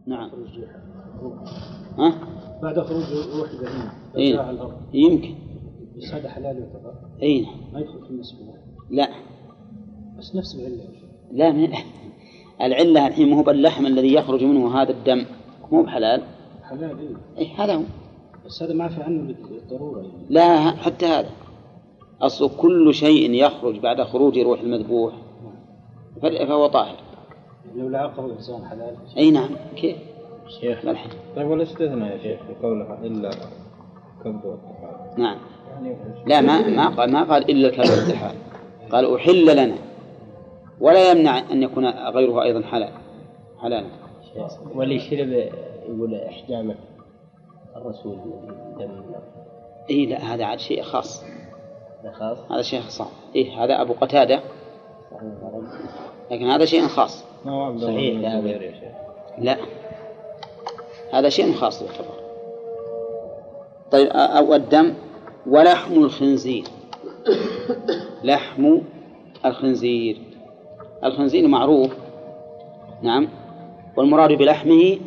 نعم. ها؟ بعد خروج روح البهيمة على الأرض يمكن. بس هذا حلال يعتبر؟ أي ما يدخل في المسبوح؟ لا. بس نفس العلة. لا العلة الحين مو باللحم الذي يخرج منه هذا الدم مو بحلال. حلال إيه هذا هو. بس هذا ما في عنه بالضرورة يعني. لا حتى هذا أصل كل شيء يخرج بعد خروج روح المذبوح فهو طاهر. لو لعقه الإنسان حلال. أي نعم. كيف شيخ؟ طيب ولا استثناء يا شيخ في قولها إلا كبد والطحال؟ نعم. لا ما قال إلا الكبد والطحال، قال أحل لنا، ولا يمنع أن يكون غيره أيضا حلالا. واللي شرب يقول إحجامة الرسول دم. إيه لا هذا عاد شيء خاص. هذا شيء خاص. إيه هذا أبو قتادة، لكن هذا شيء خاص. صحيح. لا هذا شيء خاص يعتبر. طيب أو الدم ولحم الخنزير. لحم الخنزير، الخنزير معروف. نعم. والمراد بلحمه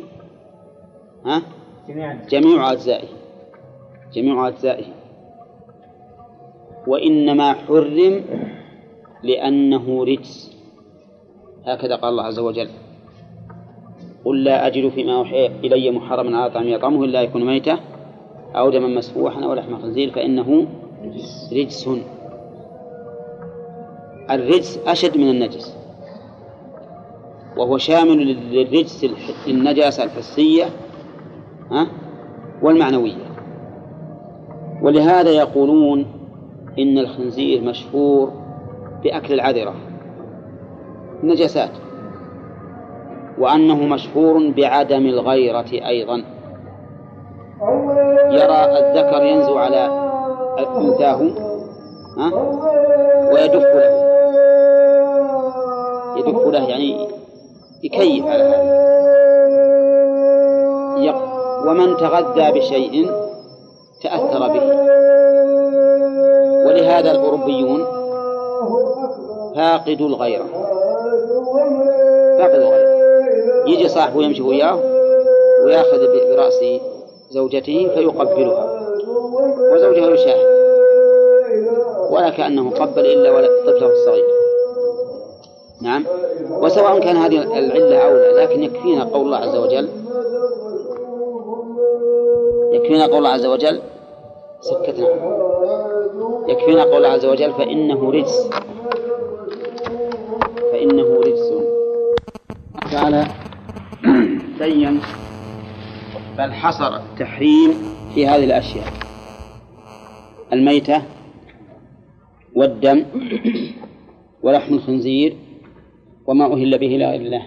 جميع أجزائه، وإنما حرم لأنه رجس، هكذا قال الله عز وجل: قل لا أجد فيما أوحي إلي محرما على طعام يطعمه إلا يكون ميتة أو دما مسفوحا أو لحم خنزير فإنه رجس. الرجس أشد من النجس، وهو شامل للرجس النجاسة الحسية والمعنوية. ولهذا يقولون إن الخنزير مشهور بأكل العذرة النجاسات، وأنه مشهور بعدم الغيرة أيضا. يرى الذكر ينزو على أنثاه ويدف له يعني يكيف على هذا. ومن تغذى بشيء تأثر به. ولهذا الأوروبيون فاقدوا الغيرة، يجي صاحبه يمشي وياه ويأخذ برأس زوجته فيقبلها وزوجها يشاهد ولا كأنه قبل إلا طفله الصغير. نعم. وسواء كان هذه العلة أو لا، لكن يكفينا قول الله عز وجل سكتنا، يكفينا قول الله عز وجل فإنه رجس تعالى بين بل حصر التحريم في هذه الأشياء: الميتة والدم ولحم الخنزير وما أهل به لغير الله.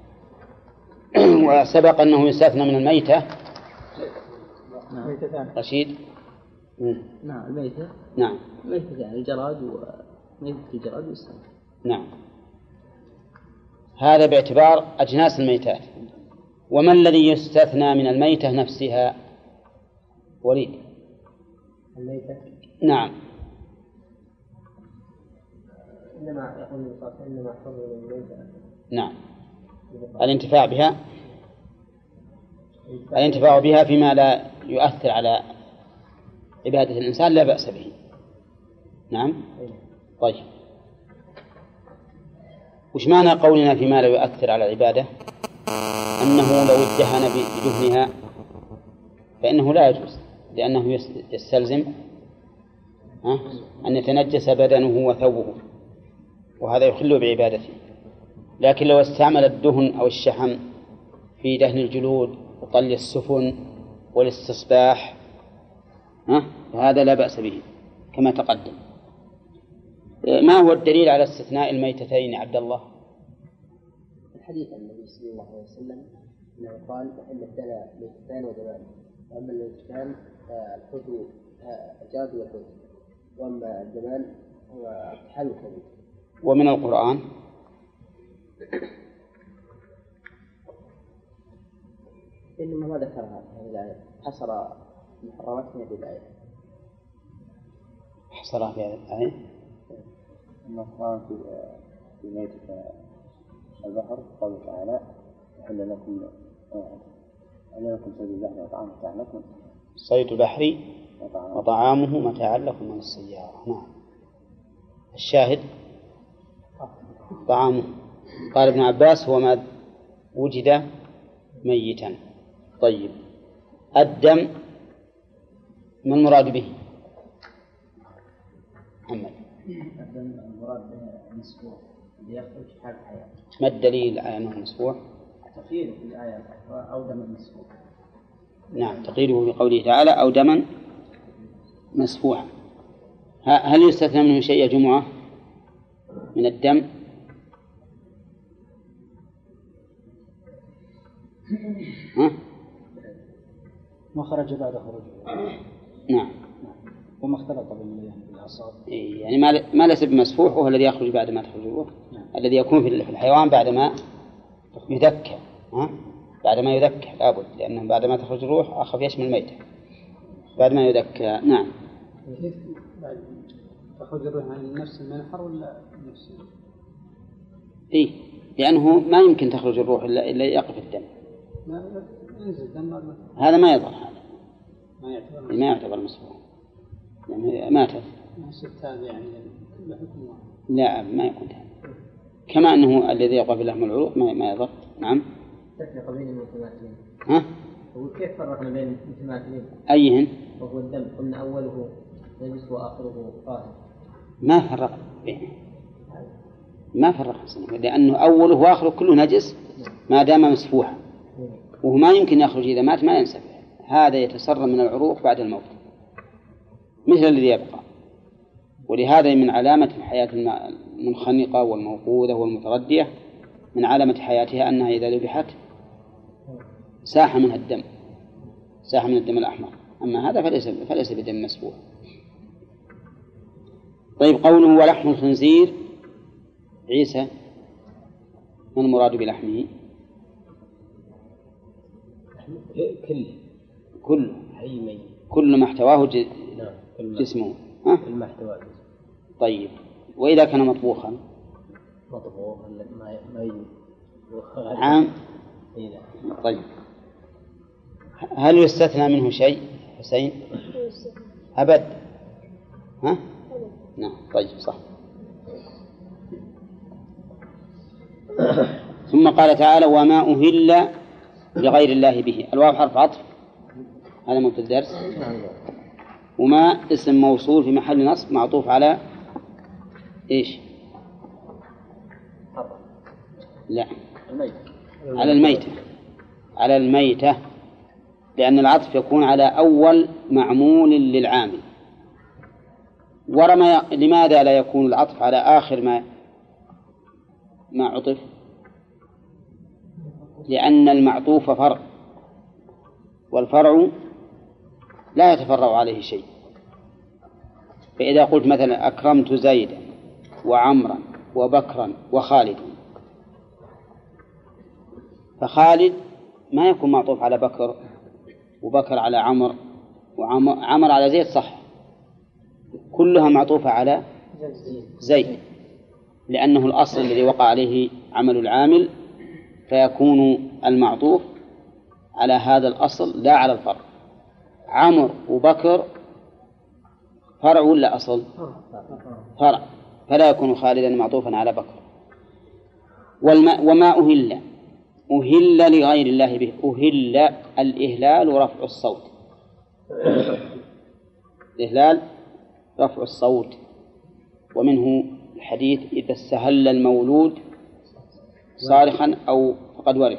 وسبق أنه يستثنى من الميتة رشيد. نعم الميتة. نعم الميتة يعني الجراد وميتة الجراد والسمك. نعم. هذا باعتبار أجناس الميتات. وما الذي يستثنى من الميتة نفسها؟ وليد. الميتة. نعم. إنما يقول إنما حرم الميتة. نعم. الانتفاع بها فيما لا يؤثر على عبادة الإنسان لا بأس به. نعم. طيب وش معنى قولنا فيما لا يؤثر على العبادة؟ أنه لو ادهن بدهنها فإنه لا يجوز، لأنه يستلزم أن يتنجس بدنه وثوبه، وهذا يخل بعبادته. لكن لو استعمل الدهن أو الشحم في دهن الجلود وطلي السفن والاستصباح هذا لا بأس به كما تقدم. ما هو الدليل على استثناء الميتتين يا عبد الله؟ الحديث عن النبي صلى الله عليه وسلم أنه قال إن الدم ميتتان ودمان، وأما الميتتان الحوت الجراد والحوت، وأما الدمان هو الطحال والكبد. ومن القرآن إنما ما ذكرها هذه الآية، حصر محرمات في هذه الآية. حصرها في هذه الآية. أما القرآن في ميتة البحر قال تعالى: أحل لكم صيد البحر وطعامه متاعا لكم من السيارة. نعم. الشاهد طعامه. قال ابن عباس هو ما وجد ميتا. طيب، الدم ما المراد به؟ محمد. الدم المراد به مسفوح يخرج حال الحياة. ما الدليل على أنه مسفوح؟ تقييده في الآية أو دم مسفوح. نعم، تقييده في قوله تعالى أو دما مسفوحا. هل يستثنى منه شيء يا جمعة من الدم؟ ها؟ ما خرج بعد خروجه. نعم. وما اختلط بالأعصاب. يعني ما ليس بمسفوح وهو الذي يخرج بعد ما تخرج الروح. نعم. الذي يكون في الحيوان بعد ما يذكى. ها؟ بعد ما يذكى لابد، لأنه بعد ما تخرج الروح أخف يشمل الميتة بعد ما يذكى. نعم. بعد تخرج الروح عن نفس المنحر ولا نفس؟ إيه، لأنه ما يمكن تخرج الروح إلا يقف الدم. ينزل دم. هذا ما يضر، هذا ما يعتبر مسفوح، يعني ماتت. يعني كل حكم واحد. لا، ما يكون هذا. كما أنه الذي يقف اللحم العروق ما يضر. نعم. تفرق بين المتماثلين. ها؟ وكيف فرقنا بين المتماثلين؟ أيهن؟ وهو الدم قلنا أوله نجس وآخره طاهر. ما فرق بينه، ما فرق بينه، لأنه أوله وآخره كله نجس ما دام مسفوحا، وهو ما يمكن يخرج إذا مات ما ينسفح. هذا يتسرب من العروق بعد الموت مثل الذي يبقى. ولهذا من علامة الحياة المنخنقة والموقوذة والمتردية، من علامة حياتها أنها إذا ذبحت ساح منها الدم، ساح من الدم الأحمر. أما هذا فليس بدم مسفوح. طيب، قوله ولحم الخنزير، عيسى ما المراد بلحمه؟ كل ما احتواه جسمه. ما احتواه. طيب، وإذا كان مطبوخا؟ مطبوخا ما يجوز. عام. طيب، هل يستثنى منه شيء حسين؟ أبد. ها؟ نعم. طيب، صح. ثم قال تعالى وما أهل لغير الله به. الواو حرف عطف، هذا مبتدأ الدرس. وما اسم موصول في محل نصب معطوف على إيش؟ لا، على الميتة. على الميتة، لأن العطف يكون على أول معمول للعامل. لماذا لا يكون العطف على آخر ما عطف؟ لأن المعطوف فرع، والفرع لا يتفرع عليه شيء. فإذا قلت مثلا أكرمت زيدا وعمرا وبكرا وخالدا، فخالد ما يكون معطوف على بكر، وبكر على عمر، وعمر على زيد، صح، كلها معطوفة على زيد، لأنه الأصل الذي وقع عليه عمل العامل، فيكون المعطوف على هذا الأصل لا على الفرع. عمر وبكر فرع ولا أصل؟ فرع، فلا يكون خالدا معطوفا على بكر. وما أهل لغير الله به. أهل، الإهلال رفع الصوت، الإهلال رفع الصوت. ومنه الحديث إذا استهل المولود صارخا أو فقد ورث.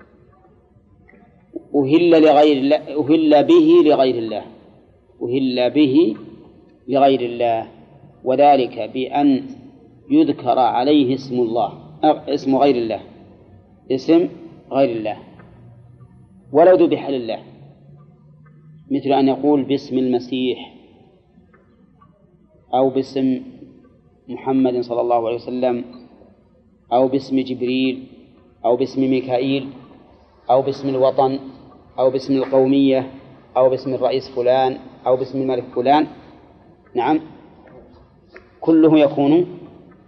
أهل لغير الله، أهل به لغير الله، أهل به لغير الله، وذلك بأن يذكر عليه اسم الله، اسم غير الله، اسم غير الله، ولو ذبح لله، مثل أن يقول باسم المسيح، أو باسم محمد صلى الله عليه وسلم، أو باسم جبريل، أو باسم ميكائيل، أو باسم الوطن، أو باسم القومية، أو باسم الرئيس فلان، أو باسم الملك فلان. نعم، كله يكون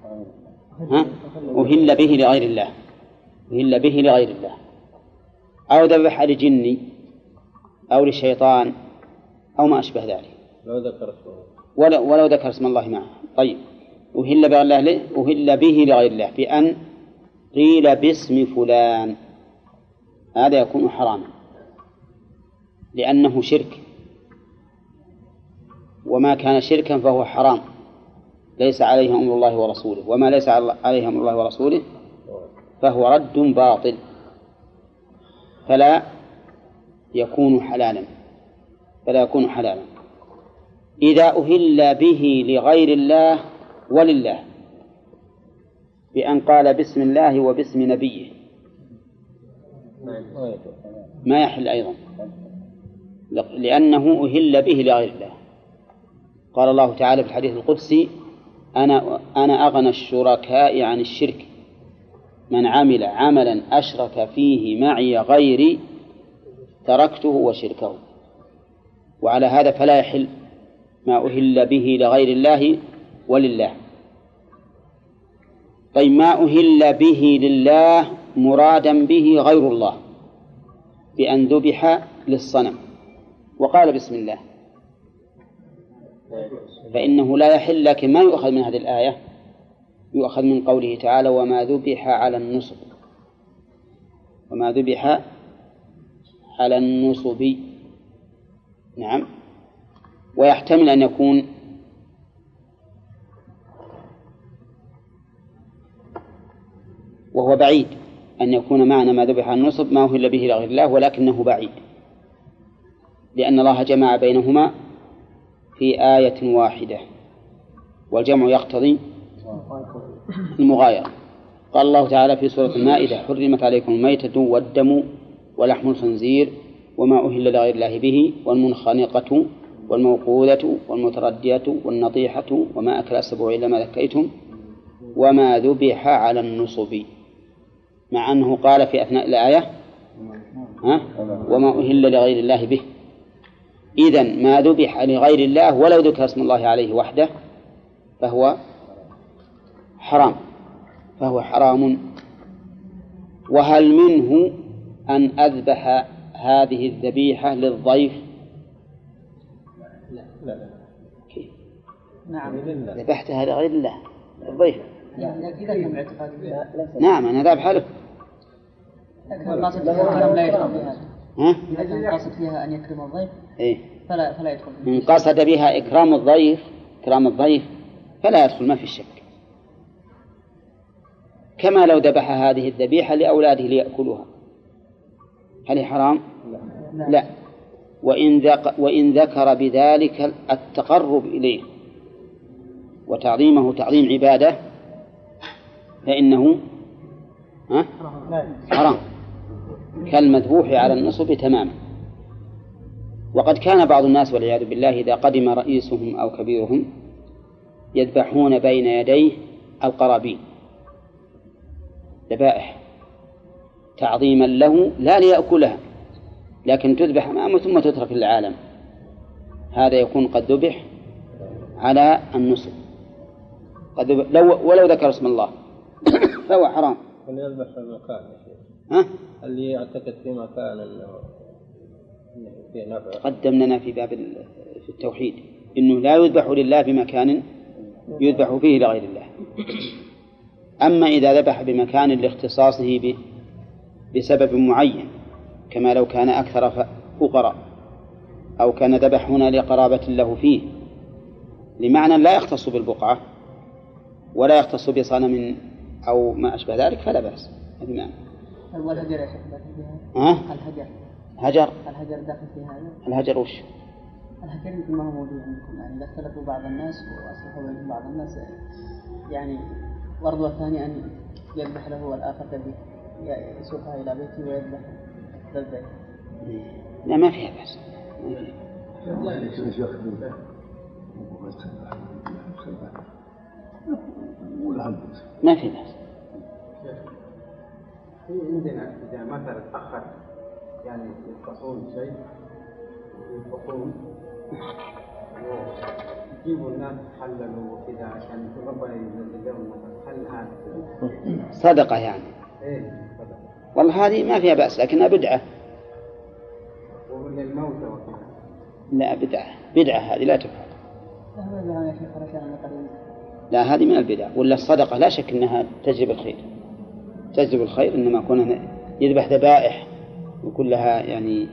أهل به لغير الله، أهل به لغير الله. أو ذبح لجني أو لشيطان أو ما أشبه ذلك ولو ذكر اسم الله معه. طيب، أهل به لغير الله بأن قيل باسم فلان، هذا يكون حراما لأنه شرك، وما كان شركا فهو حرام، ليس عليه أمر الله ورسوله، وما ليس عليه أمر الله ورسوله فهو رد باطل، فلا يكون حلالا. إذا أهل به لغير الله ولله بأن قال بسم الله وباسم نبيه ما يحل أيضا، لأنه أهل به لغير الله. قال الله تعالى في الحديث القدسي: أنا أغنى الشركاء عن الشرك، من عمل عملا أشرك فيه معي غيري تركته وشركه. وعلى هذا فلا يحل ما أهل به لغير الله ولله. طيب، ما أهل به لله مرادا به غير الله بأن ذبح للصنم وقال بسم الله، فإنه لا يحل، لكن ما يؤخذ من هذه الآية، يؤخذ من قوله تعالى: وما ذبح على النصب، وما ذبح على النصب. نعم. ويحتمل أن يكون وهو بعيد أن يكون معنى ما ذبح على النصب ما أهل به لغير الله، ولكنه بعيد لأن الله جمع بينهما في آية واحدة، والجمع يقتضي المغايرة. قال الله تعالى في سورة المائدة: حرمت عليكم الميتة والدم ولحم الخنزير وما أهل لغير الله به والمنخنقة والموقوذة والمتردية والنطيحة وما أكل السبع إلا ما ذكيتم وما ذبح على النصب، مع أنه قال في أثناء الآية وما أهل لغير الله به. إذن ما ذبح لغير الله ولو ذكر اسم الله عليه وحده فهو حرام. وهل منه أن أذبح هذه الذبيحة للضيف؟ لا. نعم. ذبحتها لغير الله الضيف. إذا كان اعتقاد نعم، أنا ذبحها له. لكن قاصد فيها لا يدخل فيها. إذا كان قاصد فيها أن يكرم الضيف فلا يدخل. إن قصد بها إكرام الضيف فلا يدخل، ما في شك. كما لو ذبح هذه الذبيحة لأولاده ليأكلوها، هل هي حرام؟ لا. وإن ذكر بذلك التقرب إليه وتعظيمه تعظيم عبادة فإنه حرام كالمذبوح على النصب تماما. وقد كان بعض الناس والعياذ بالله إذا قدم رئيسهم أو كبيرهم يذبحون بين يديه القرابين، ذبائح تعظيما له لا ليأكلها، لكن تذبح أمامه ثم تترك للعالم، هذا يكون قد ذبح على النصب ولو ذكر اسم الله فهو حرام. اللي يذبح في المكان اللي يعتقد في مكان أنه فيه نفع. قدم لنا في باب في التوحيد إنه لا يذبح لله بمكان يذبح فيه لغير الله. أما إذا ذبح بمكان لاختصاصه بسبب معين، كما لو كان أكثر فقراء أو كان ذبح هنا لقرابة له فيه لمعنى لا يختص بالبقعة ولا يختص بصنم أو ما أشبه ذلك فلا بأس. والهجر يا شيخ داخل فيها؟ الهجر داخل في هذا؟ الهجر وش؟ الهجر مثل ما هو موجود عندكم، يعني إذا اختلفوا بعض الناس وأصلحوا بين بعض الناس، يعني ورد الثاني أن يذبح له والآخر يسوقها إلى بيته ويذبح للبيت. لا، ما فيها بأس. ما في بأس. في عندنا إذا مثلا تأخر يعني يفقهون شيء يفقهون ويجيبوا الناس حللوا وكذا عشان ربنا ينزل لهم مثلا هل هذا صدقة يعني؟ إيه صدقة. والله هذه ما فيها بأس، لكنها بدعة للموتى وكذا. لا، بدعة هذه لا تفعل. لا، هذه من البدع. ولا الصدقة لا شك أنها تجلب الخير، إنما كون يذبح ذبائح وكلها يعني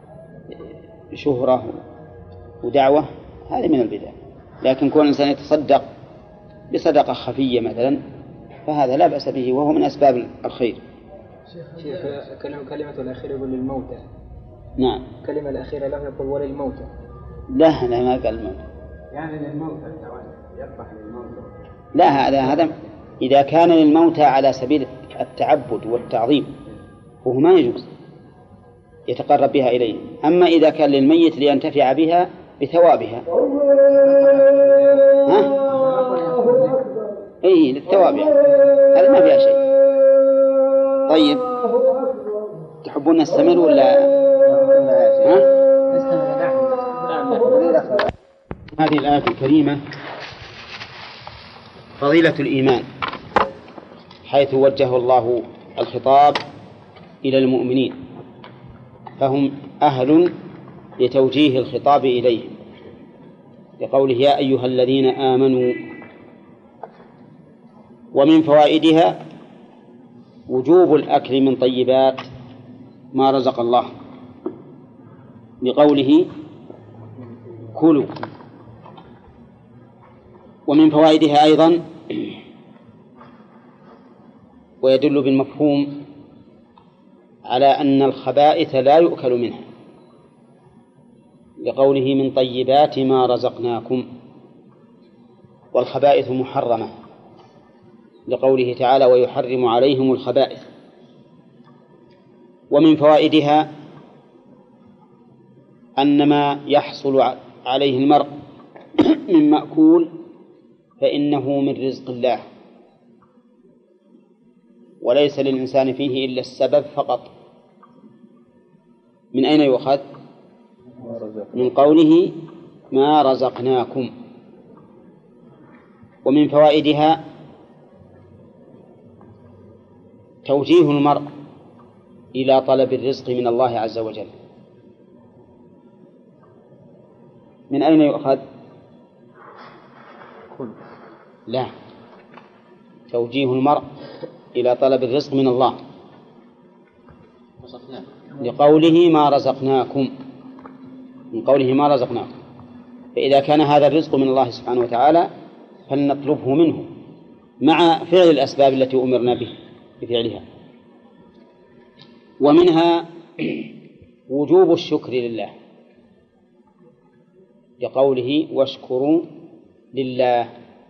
شهرة ودعوة، هذه من البدع. لكن كون الإنسان يتصدق بصدقة خفية مثلا فهذا لا بأس به، وهو من أسباب الخير. شيخ كلمة الأخيرة يقول للموتى. نعم. كلمة الأخيرة لم يقل وللموتى. لا ما قال الموتى. يعني للموتى يذبح للموتى. لا، هذا إذا كان للموتى على سبيل التعبد والتعظيم فهو ما يجوز يتقرب بها إليه. أما إذا كان للميت لينتفع بها بثوابها، للثوابها، هذا ما فيها شيء. طيب، تحبون نستمر ولا هذه الآية الكريمة فضيلة الإيمان، حيث وجه الله الخطاب إلى المؤمنين، فهم أهل لتوجيه الخطاب إليهم، لقوله يا أيها الذين آمنوا. ومن فوائدها وجوب الأكل من طيبات ما رزق الله، لقوله كلوا. ومن فوائدها أيضا ويدل بالمفهوم على أن الخبائث لا يؤكل منها، لقوله من طيبات ما رزقناكم، والخبائث محرمة، لقوله تعالى ويحرم عليهم الخبائث. ومن فوائدها أن ما يحصل عليه المرء من مأكول فإنه من رزق الله، وليس للإنسان فيه إلا السبب فقط. من أين يؤخذ؟ من قوله ما رزقناكم. ومن فوائدها توجيه المرء إلى طلب الرزق من الله عز وجل. من أين يؤخذ؟ لا، توجيه المرء إلى طلب الرزق من الله، لقوله ما رزقناكم، من قوله ما رزقناكم. فإذا كان هذا الرزق من الله سبحانه وتعالى فلنطلبه منه مع فعل الأسباب التي أمرنا بفعلها. ومنها وجوب الشكر لله، لقوله واشكروا لله.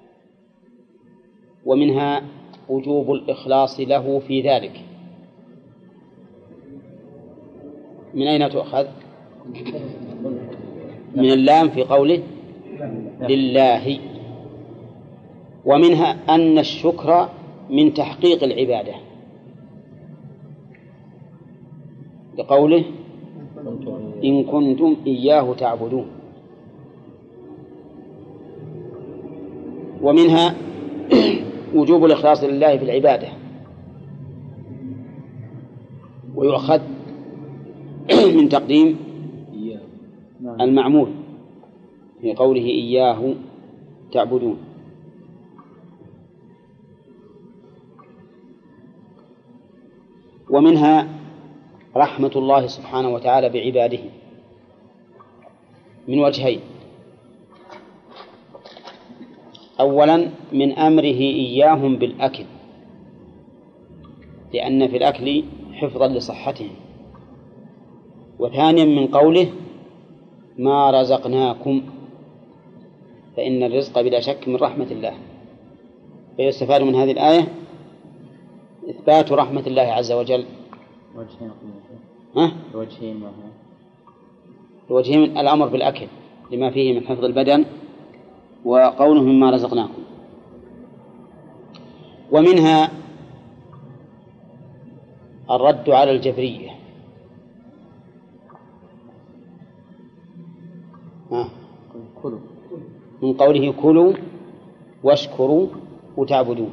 ومنها وجوب الإخلاص له في ذلك. من أين تؤخذ؟ من اللام في قوله لله. ومنها أن الشكر من تحقيق العبادة، لقوله إن كنتم إياه تعبدون. ومنها وجوب الإخلاص لله في العبادة، ويؤخذ من تقديم المعمول في قوله إياه تعبدون. ومنها رحمة الله سبحانه وتعالى بعباده من وجهين: أولا من أمره إياهم بالأكل، لأن في الأكل حفظا لصحتهم. وثانيا من قوله ما رزقناكم، فإن الرزق بلا شك من رحمة الله. فيستفاد من هذه الآية إثبات رحمة الله عز وجل. الوجهين الأمر بالأكل لما فيه من حفظ البدن، وقوله مما رزقناكم. ومنها الرد على الجبرية، من قوله كلوا واشكروا وتعبدون.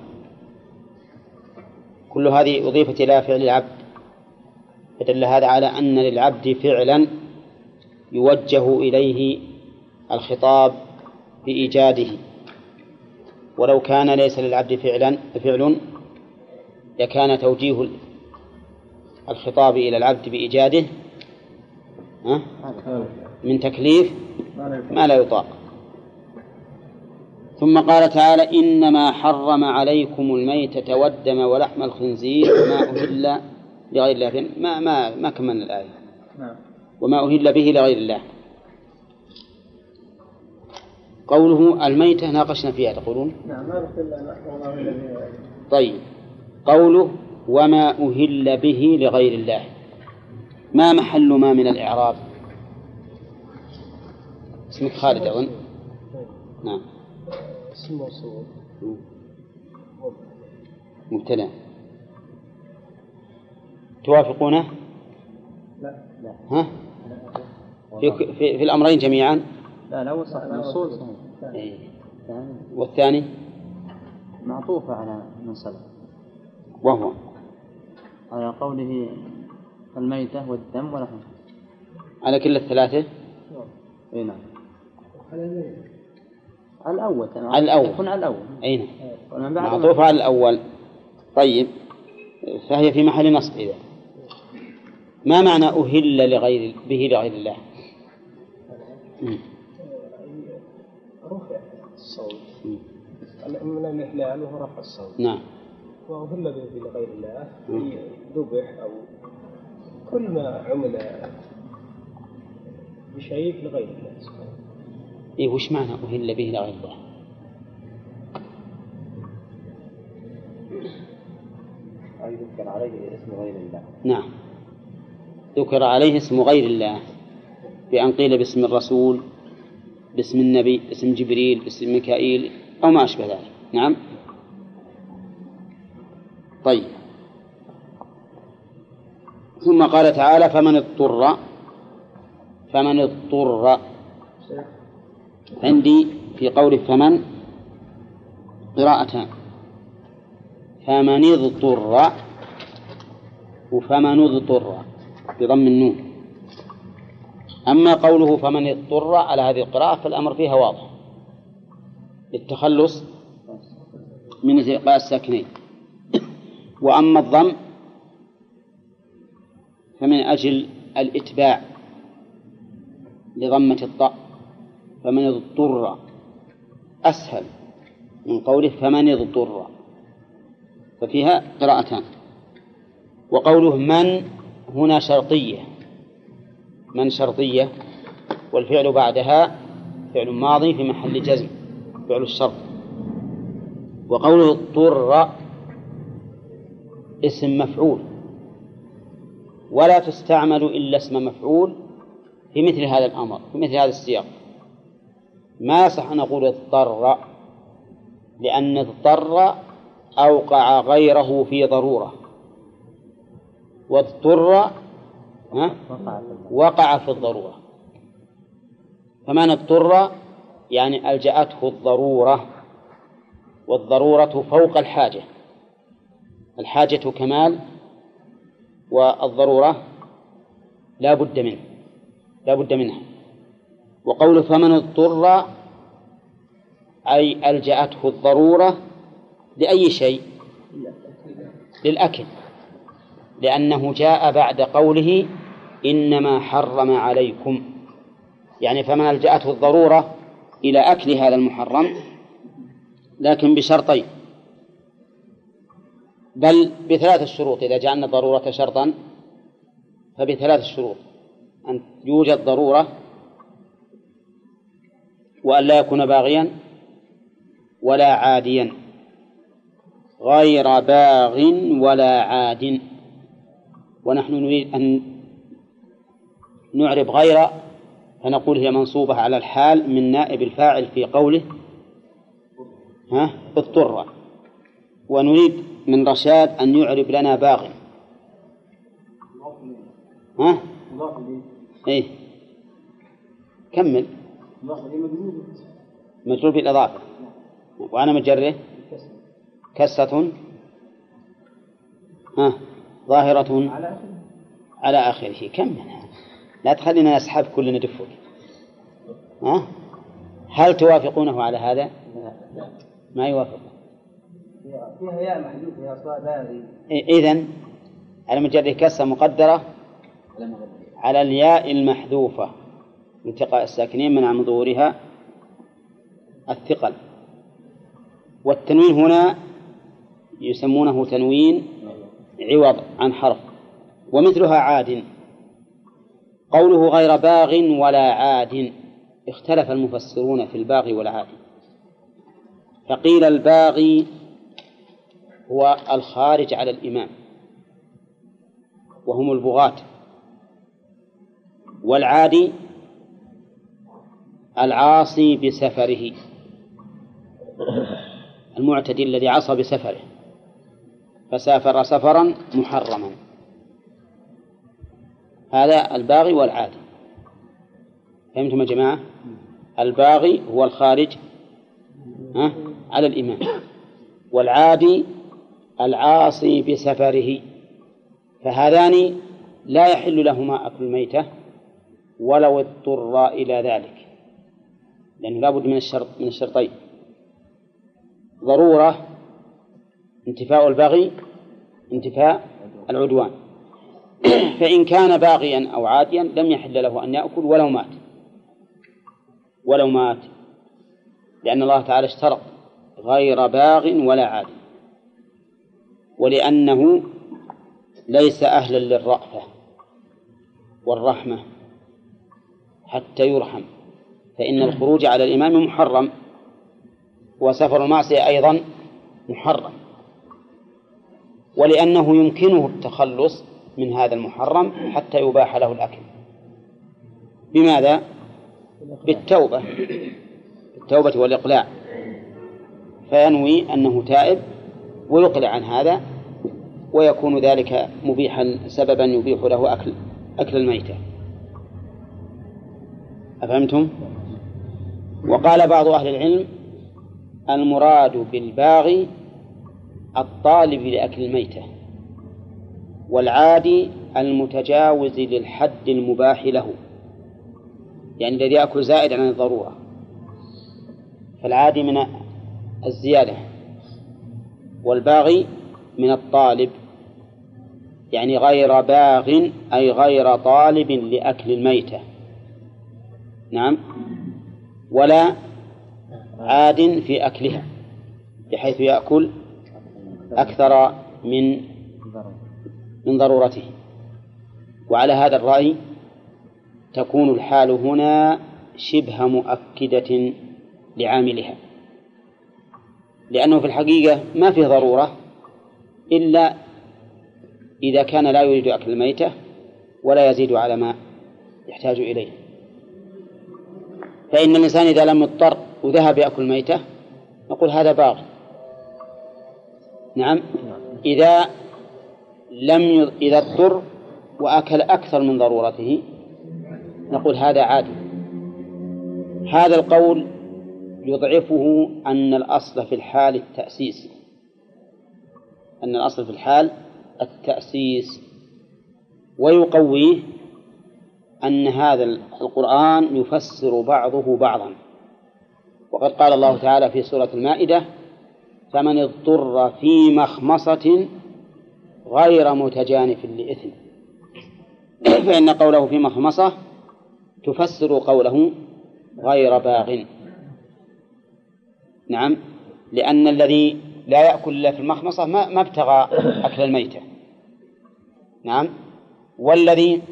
كل هذه أضيفت إلى فعل العبد، فدل هذا على أن للعبد فعلا يوجه إليه الخطاب بإيجاده، ولو كان ليس للعبد فعل لكان توجيه الخطاب إلى العبد بإيجاده من تكليف ما لا يطاق. ثم قال تعالى: إنما حرم عليكم الميتة والدم ولحم الخنزير وما أهل لغير الله. ما كملنا الآية. وما أهل به لغير الله. قوله الميتة ناقشنا فيها تقولون؟ نعم. ما أهل به. طيب، قوله وما أهل به لغير الله، ما محل ما من الإعراب؟ اسمك خالد أظن. نعم. اسم موصول مبتدأ. توافقونه؟ لا. ها؟ في الأمرين جميعا؟ لا وصح موصول. والثاني معطوف على من سبق، وهو على قوله الميتة والدم ولحم. على كل الثلاثة؟ اي نعم. على الأول. على الأول. يكون على الأول. أين؟ معطوف على الأول. طيب، فهي في محل نصب. إذا ما معنى أهل به لغير الله؟ رفع الصوت. من الإحلال وهو رفع الصوت. نعم. وأهل به لغير الله ذبح أو كل ما عمل بشيء لغير الله سبحانه. إيه، وش معنى أهل به لغير الله؟ أي ذكر عليه اسم غير الله. نعم، ذكر عليه اسم غير الله بأن قيل باسم الرسول، باسم النبي، باسم جبريل، باسم ميكائيل أو ما أشبه ذلك. نعم. طيب، ثم قال تعالى: فمن اضطر. عندي في قوله فمن قراءتان: فمن اضطر وفمن اضطر بضم النون. أما قوله فمن اضطر على هذه القراءة فالأمر فيها واضح للتخلص من التقاء الساكنين. وأما الضم فمن أجل الإتباع لضمة الطاء، فمن اضطر أسهل من قوله فمن اضطر، ففيها قراءتان. وقوله من هنا شرطية، من شرطية والفعل بعدها فعل ماضي في محل جزم، فعل الشرط. وقوله اضطر اسم مفعول، ولا تستعمل إلا اسم مفعول في مثل هذا الأمر، في مثل هذا السياق. ما صح أن نقول اضطر، لأن اضطر أوقع غيره في ضرورة، واضطر وقع في الضرورة. فمن اضطر يعني ألجأته الضرورة، والضرورة فوق الحاجة، الحاجة كمال والضرورة لا بد منها. وقول فمن اضطر أي ألجأته الضرورة لأي شيء؟ للأكل، لأنه جاء بعد قوله إنما حرم عليكم، يعني فمن ألجأته الضرورة إلى أكل هذا المحرم، لكن بشرطين، بل بثلاث شروط. إذا جعلنا الضرورة شرطا فبثلاث شروط: أن يوجد ضرورة، وأن لا يكون باغيا ولا عاديا، غير باغ ولا عاد. ونحن نريد أن نعرب غير، فنقول هي منصوبة على الحال من نائب الفاعل في قوله اضطر. ونريد من رشاد أن يعرب لنا باغ. إيه، كمل. مجرور بالإضافة، وأنا مجره كسة ظاهرة على آخره. كمل. لا تخلينا نسحب كلنا دفوك. ها؟ هل توافقونه على هذا؟ ما يوافق. فيها ياء محذوف فيها أصلها باغي. إذن على مجرد كسر مقدرة على الياء المحذوفة لالتقاء الساكنين من ظهورها الثقل. والتنوين هنا يسمونه تنوين عوض عن حرف، ومثلها عاد. قوله غير باغ ولا عاد، اختلف المفسرون في الباغي والعاد، فقيل الباغي هو الخارج على الإمام وهم البغاة، والعادي العاصي بسفره، المعتدي الذي عصى بسفره فسافر سفرا محرما، هذا الباغي والعادي. فهمتم يا جماعة؟ الباغي هو الخارج على الإمام، والعادي العاصي بسفره، فهذان لا يحل لهما أكل الميتة ولو اضطر إلى ذلك، لأنه لا بد من الشرطين: ضرورة انتفاء البغي، انتفاء العدوان. فإن كان باغيا أو عاديا لم يحل له أن يأكل ولو مات، لأن الله تعالى اشترط غير باغ ولا عاد، ولأنه ليس أهلا للرأفة والرحمة حتى يرحم، فإن الخروج على الإمام محرم، وسفر المعصية أيضا محرم، ولأنه يمكنه التخلص من هذا المحرم حتى يباح له الأكل. بماذا؟ بالتوبة والإقلاع، فينوي أنه تائب ويقلع عن هذا، ويكون ذلك مبيحا سببا يبيح له أكل الميتة. أفهمتم؟ وقال بعض أهل العلم: المراد بالباغي الطالب لأكل الميتة، والعادي المتجاوز للحد المباح له، يعني الذي يأكل زائد عن الضرورة، فالعادي من الزيادة، والباغي من الطالب، يعني غير باغ أي غير طالب لأكل الميتة، نعم، ولا عاد في أكلها بحيث يأكل أكثر من ضرورته. وعلى هذا الرأي تكون الحال هنا شبه مؤكدة لعاملها، لأنه في الحقيقة ما فيه ضرورة إلا إذا كان لا يريد أكل الميتة ولا يزيد على ما يحتاج إليه. فإن الإنسان إذا لم يضطر وذهب يأكل ميتة نقول هذا باغ، نعم. إذا اضطر وأكل أكثر من ضرورته نقول هذا عادي. هذا القول يضعفه أن الأصل في الحال التأسيس، ويقويه أن هذا القرآن يفسر بعضه بعضا، وقد قال الله تعالى في سورة المائدة: فمن اضطر في مخمصة غير متجانف لإثم، فإن قوله في مخمصة تفسر قوله غير باغ، نعم، لأن الذي لا يأكل إلا في المخمصة ما ابتغى أكل الميتة، نعم، والذي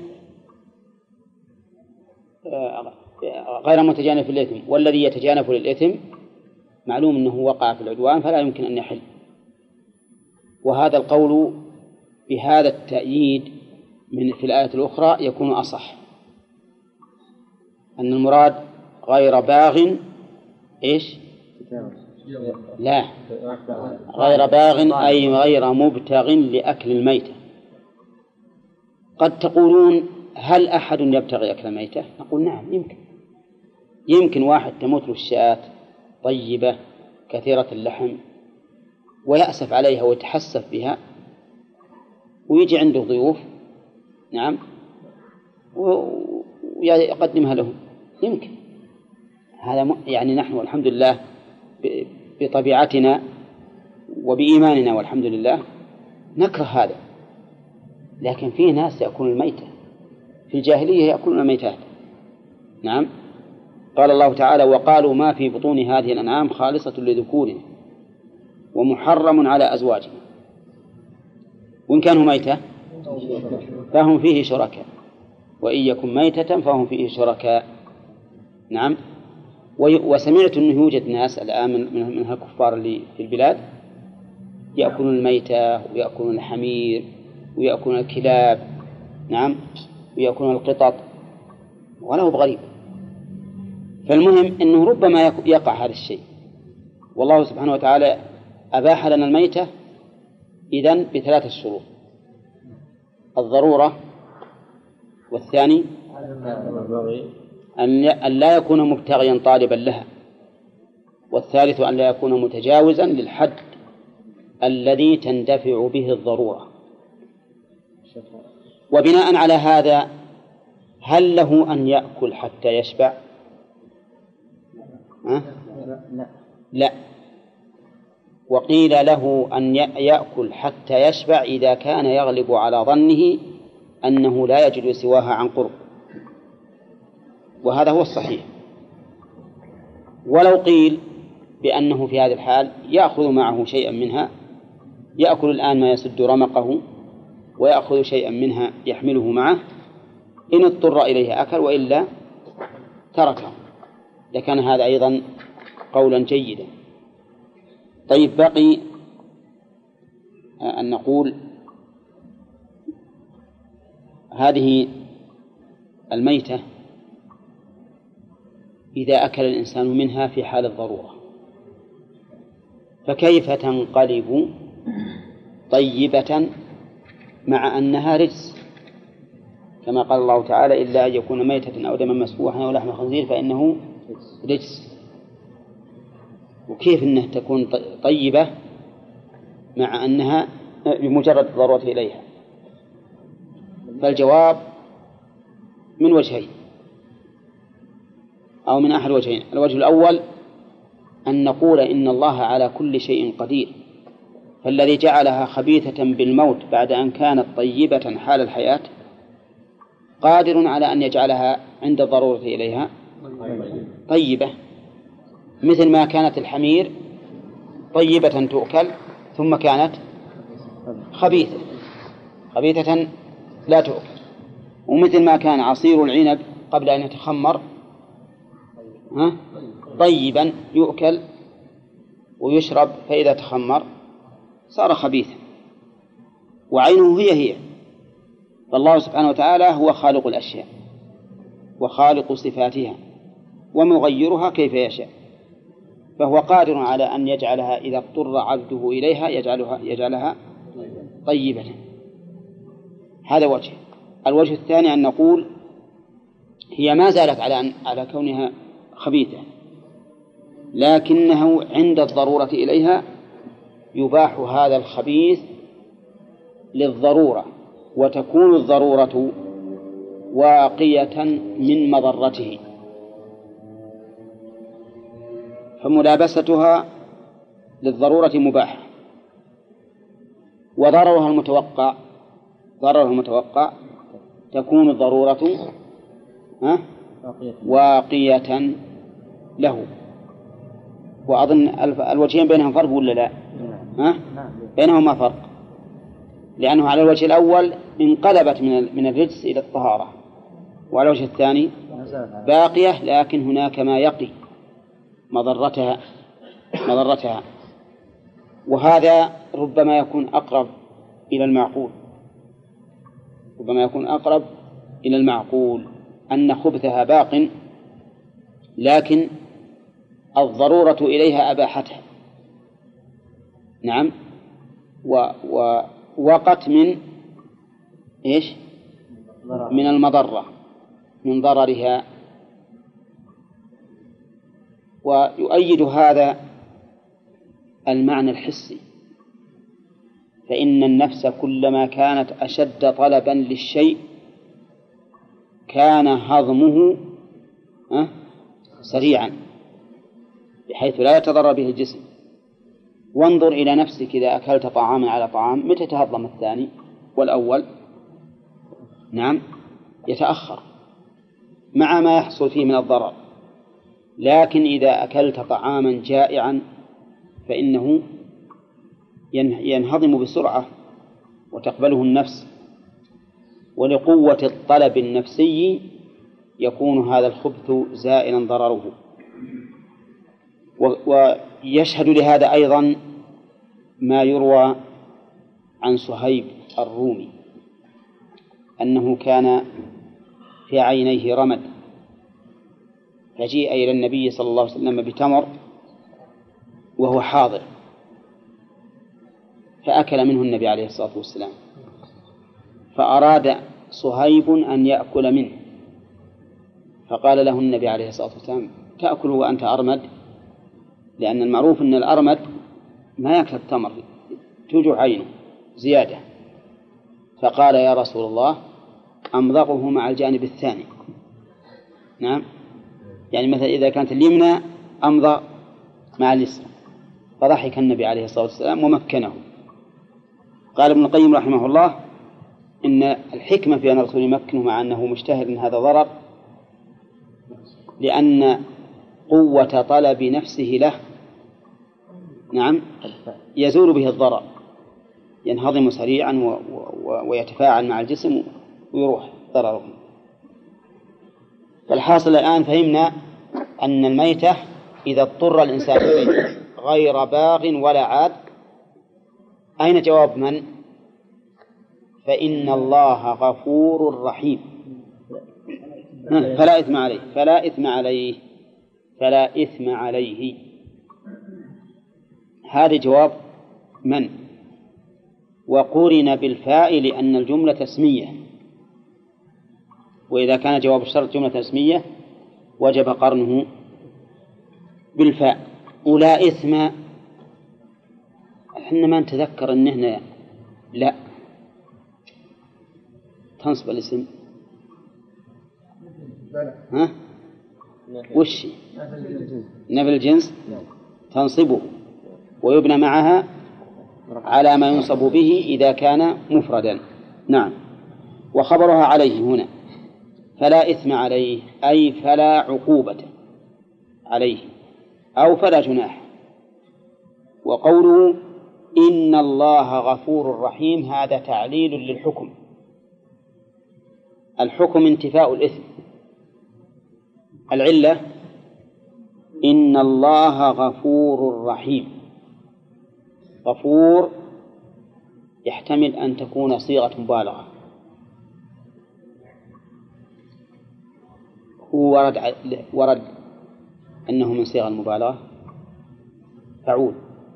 غير متجانف للإثم، والذي يتجانف للإثم معلوم أنه وقع في العدوان فلا يمكن أن يحل. وهذا القول بهذا التأييد في الآية الأخرى يكون أصح، أن المراد غير باغ لا، غير باغ أي غير مبتغ لأكل الميتة. قد تقولون: هل أحد يبتغي أكل الميتة؟ نقول: نعم، يمكن واحد تموت له الشاة طيبة كثيرة اللحم ويأسف عليها ويتحسف بها، ويجي عنده ضيوف، نعم، ويقدمها لهم، يمكن هذا يعني نحن والحمد لله بطبيعتنا وبإيماننا والحمد لله نكره هذا، لكن في ناس يأكلون الميتة، في الجاهلية يأكلون الميتات. نعم. قال الله تعالى: وقالوا ما في بطون هذه الأنعام خالصة لذكورنا ومحرم على أزواجنا وإن كانوا ميتة فهم فيه شركاء وإن يكن ميتة فهم فيه شركاء. نعم. وسمعت أنه يوجد ناس الآن من هالكفار اللي في البلاد يأكلون الميتة ويأكلون الحمير ويأكلون الكلاب. نعم. ويأكلون القطط وله بغريب. فالمهم أنه ربما يقع هذا الشيء، والله سبحانه وتعالى أباح لنا الميتة إذن بثلاثة شروط: الضرورة، والثاني أن لا يكون مبتغيا طالبا لها، والثالث أن لا يكون متجاوزا للحد الذي تندفع به الضرورة. وبناء على هذا هل له أن يأكل حتى يشبع؟ لا. وقيل له أن يأكل حتى يشبع إذا كان يغلب على ظنه أنه لا يجد سواها عن قرب، وهذا هو الصحيح. ولو قيل بأنه في هذه الحال يأخذ معه شيئا منها، يأكل الآن ما يسد رمقه ويأخذ شيئا منها يحمله معه، إن اضطر إليه أكل وإلا تركه، لكان هذا أيضا قولا جيدا. طيب، بقي أن نقول هذه الميتة إذا أكل الإنسان منها في حال الضرورة فكيف تنقلب طيبة مع أنها رجس، كما قال الله تعالى: إلا أن يكون ميتة أو دما مسفوحا أو لحم خنزير فإنه رجس. وكيف أنها تكون طيبة مع أنها بمجرد الضرورة إليها؟ فالجواب من وجهين أو من أحد وجهين. الوجه الأول أن نقول إن الله على كل شيء قدير، فالذي جعلها خبيثة بالموت بعد أن كانت طيبة حال الحياة قادر على أن يجعلها عند الضرورة إليها طيبة، مثل ما كانت الحمير طيبة تؤكل ثم كانت خبيثة لا تؤكل، ومثل ما كان عصير العنب قبل أن يتخمر طيبا يؤكل ويشرب، فإذا تخمر صار خبيثا، وعينه هي. فالله سبحانه وتعالى هو خالق الأشياء وخالق صفاتها ومغيرها كيف يشاء، فهو قادر على أن يجعلها إذا اضطر عبده إليها يجعلها طيبة. هذا وجه. الوجه الثاني أن نقول هي ما زالت على كونها خبيثة، لكنه عند الضرورة إليها يباح هذا الخبيث للضرورة، وتكون الضرورة واقية من مضرته، فملابستها للضرورة مباحة، وضررها المتوقع تكون الضرورة واقية له. وأظن الوجهين بينهم فرق ولا لا؟ بينهما فرق، لأنه على الوجه الأول انقلبت من الرجس إلى الطهارة، وعلى الوجه الثاني باقية، لكن هناك ما يقي مضرتها. وهذا ربما يكون أقرب إلى المعقول أن خبثها باق، لكن الضرورة إليها أباحتها. نعم. ووقت من إيش؟ من المضرة، من ضررها. ويؤيد هذا المعنى الحسي، فإن النفس كلما كانت أشد طلبا للشيء كان هضمه سريعا بحيث لا يتضرر به الجسم. وانظر إلى نفسك إذا أكلت طعاما على طعام متى تهضم الثاني والأول؟ نعم يتأخر مع ما يحصل فيه من الضرر. لكن إذا أكلت طعاما جائعا فإنه ينهضم بسرعة وتقبله النفس، ولقوة الطلب النفسي يكون هذا الخبث زائلا ضرره. ويشهد لهذا أيضا ما يروى عن صهيب الرومي أنه كان في عينيه رمد، فجيء إلى النبي صلى الله عليه وسلم بتمر وهو حاضر، فأكل منه النبي عليه الصلاة والسلام، فأراد صهيب أن يأكل منه، فقال له النبي عليه الصلاة والسلام: تأكل وأنت أرمد؟ لأن المعروف أن الأرمد ما يأكل التمر، توجع عينه زيادة. فقال: يا رسول الله، أمضغه مع الجانب الثاني. نعم، يعني مثلا إذا كانت اليمنى أمضغ مع اليسرى. فضحك النبي عليه الصلاة والسلام ومكنه. قال ابن القيم رحمه الله: إن الحكمة في أن الرسول يمكنه مع أنه مشتهر من هذا ضرر، لأن قوة طلب نفسه له نعم يزول به الضرر، ينهضم سريعا ويتفاعل مع الجسم ويروح ضرره. فالحاصل الآن فهمنا أن الميتة إذا اضطر الإنسان إليه غير باغ ولا عاد، أين جواب من؟ فإن الله غفور رحيم، فلا إثم عليه، فلا إثم عليه، فلا إثم عليه. هذا جواب من؟ وقرن بالفاء لأن الجملة اسمية، وإذا كان جواب الشرط جملة اسمية وجب قرنه بالفاء. ولا إثم احنا ما نتذكر أن هنا لا تنصب الاسم. ها؟ وش نفي الجنس تنصبه ويبنى معها على ما ينصب به إذا كان مفردا. نعم. وخبرها عليه هنا فلا إثم عليه، أي فلا عقوبة عليه أو فلا جناح. وقوله إن الله غفور رحيم هذا تعليل للحكم. الحكم انتفاء الإثم، العلة إن الله غفور رحيم. غفور يحتمل أن تكون صيغة مبالغة، هو ورد أنه من صيغ المبالغة فعول.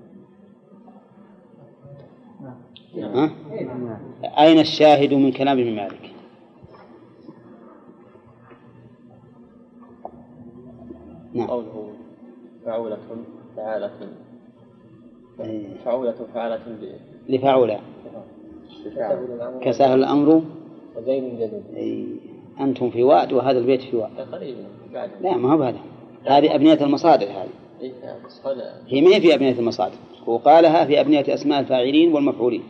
أين الشاهد من كلام ابن مالك؟ نعم. قوله فعولة فعالة، فعولة فعالة لفعولة كسهل الأمر وزين جديد. أنتم في واد وهذا البيت في واد. لا ما هو بهذا، هذه أبنية المصادر. هذه هي ما هي في أبنية المصادر، وقالها في أبنية أسماء الفاعلين والمفعولين.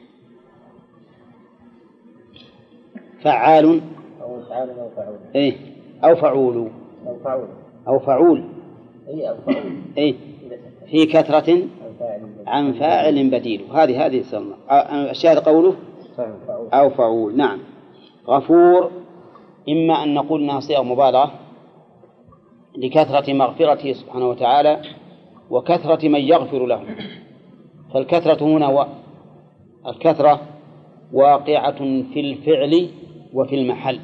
فعال أو فعال أو فعول. إيه أو فعول أو فعول أو فعول. أي أو فعول. إيه في كثرة عن فاعل بديل. هذه سمى الشاهد قوله أو فعول. نعم. غفور إما أن نقول أنها صيغة مبالغة لكثرة مغفرته سبحانه وتعالى وكثرة من يغفر له. فالكثرة هنا الكثرة واقعة في الفعل وفي المحل.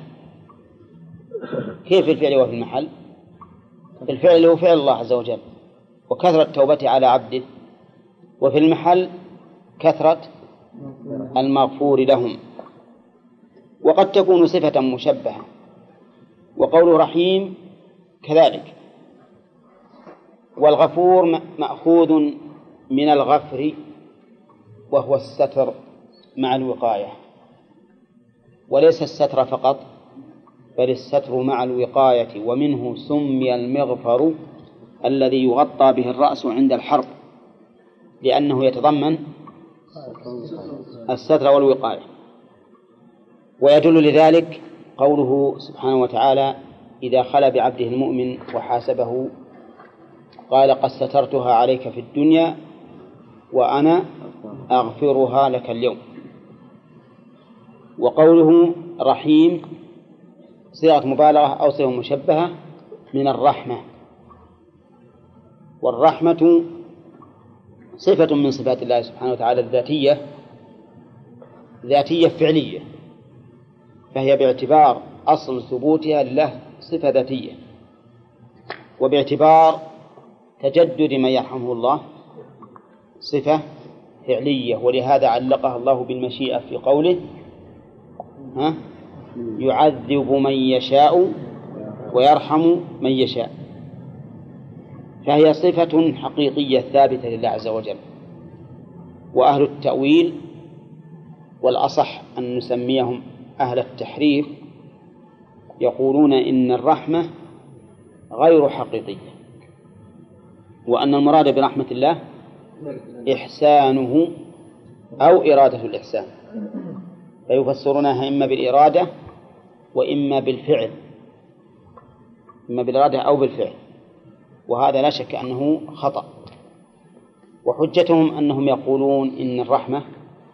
كيف الفعل وفي المحل؟ الفعل هو فعل الله عز وجل وكثرة توبته على عبده، وفي المحل كثرة المغفور لهم. وقد تكون صفة مشبهة. وقول رحيم كذلك. والغفور مأخوذ من الغفر وهو الستر مع الوقاية، وليس الستر فقط بل الستر مع الوقاية، ومنه سمي المغفر الذي يغطى به الرأس عند الحرب، لأنه يتضمن الستر والوقاية. ويدل لذلك قوله سبحانه وتعالى إذا خلا بعبده المؤمن وحاسبه قال قد سترتها عليك في الدنيا وأنا أغفرها لك اليوم. وقوله رحيم صيغة مبالغة أو صيغة مشبهة من الرحمة، والرحمة صفة من صفات الله سبحانه وتعالى ذاتية فعلية، فهي باعتبار أصل ثبوتها لله صفة ذاتية، وباعتبار تجدد من يرحمه الله صفة فعلية، ولهذا علقها الله بالمشيئة في قوله يعذب من يشاء ويرحم من يشاء، فهي صفة حقيقية ثابتة لله عز وجل. وأهل التأويل، والأصح أن نسميهم أهل التحريف، يقولون إن الرحمة غير حقيقية، وأن المراد برحمة الله إحسانه أو إرادة الإحسان، فيفسرونها إما بالإرادة وإما بالفعل، إما بالإرادة أو بالفعل، وهذا لا شك أنه خطأ. وحجتهم أنهم يقولون إن الرحمة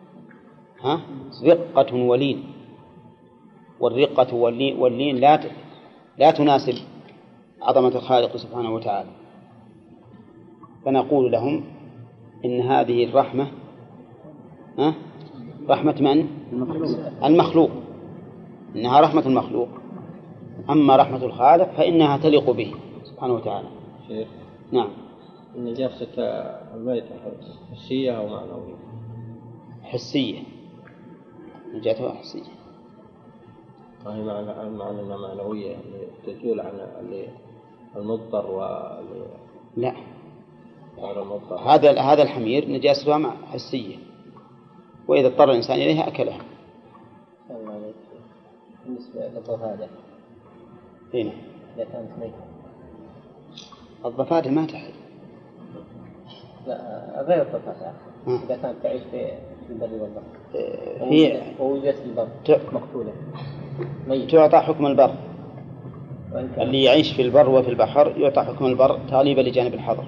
رقة ولين، والرقة واللين لا تناسب عظمة الخالق سبحانه وتعالى، فنقول لهم إن هذه الرحمة رحمة من؟ المخلوق، إنها رحمة المخلوق، أما رحمة الخالق فإنها تليق به سبحانه وتعالى. شيخ. نعم. نجاسة الميتة حسية أو معنوية؟ حسية، نجاتها حسية. وهي معنى معنوية تزول عن المضطر لا، المضطر. هذا الحمير نجاسته حسية، وإذا اضطر الإنسان إليها أكلها. بالنسبة للضفادع هنا إذا كانت ميتة، الضفادع ما تحل. لا غير الضفادع، إذا كانت تعيش في البر والبحر ووجدت في البر مقتولة تعطى حكم البر، اللي يعيش في البر وفي البحر يعطى حكم البر تغليبا لجانب الحظر.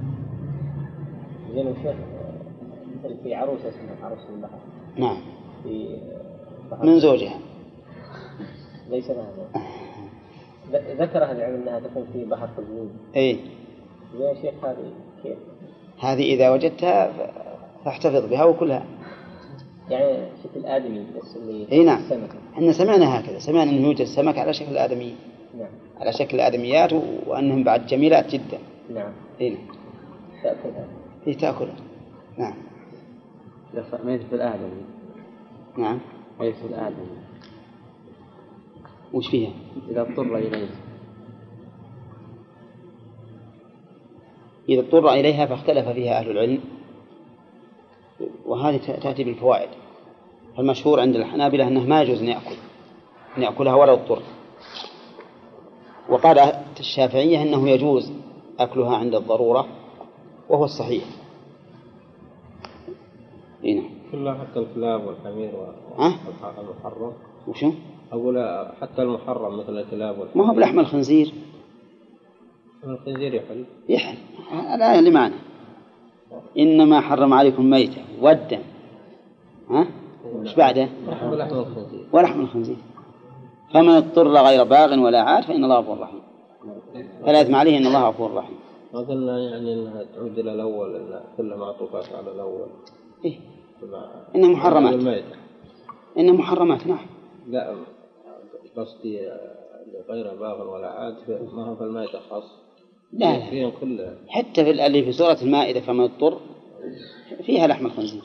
زين الشيخ، مثل في عروسة اسمها عروس البحر. نعم. في من زوجها. ليس لها زوج. ذكرها العلم أنها تكون في بحر قزوين. إيه. يا شيخ هذه كيف؟ هذه إذا وجدتها فاحتفظ بها وكلها. يعني شكل آدمي بس اللي. إيه نعم. السمكة. إحنا سمعنا هكذا، سمعنا أنه يوجد سمك على شكل آدمي. نعم. على شكل الآدميات وأنهم بعد جميلات جدا. نعم. إيه. تأكلها. إيه تأكلها. نعم. ميت في الآدمي. نعم. ميت في الآدمي. وش فيها؟ إذا اضطر إليه. إذا اضطر إليها فاختلف فيها أهل العلم، وهذه تأتي بالفوائد. فالمشهور عند الحنابلة أنه ما يجوز أن يأكلها ولا اضطر، وقال الشافعية أنه يجوز أكلها عند الضرورة، وهو الصحيح. هنا كلها حتى الكلاب والحمير والمحرم. وشو؟ أقول حتى المحرم مثل الكلاب والحمير. ما هو بلحم الخنزير. الخنزير يحل. الآية اللي معنا إنما حرم عليكم ميتة والدم إيش بعده؟ ولحم الخنزير، فمن اضطر غير باغ ولا عاد فإن الله غفور رحيم، فلا إثم عليه إن الله غفور رحيم. أظن يعني أنها تعود إلى الأول، أن كل معطوفات على الأول. إيه. إنها محرمات. إنها محرمات. نعم. لا قصدي غير باغ ولا عاد ما هو في المائدة خاص. لا حتى في اللي في سورة المائدة فمن اضطر فيها لحم الخنزير.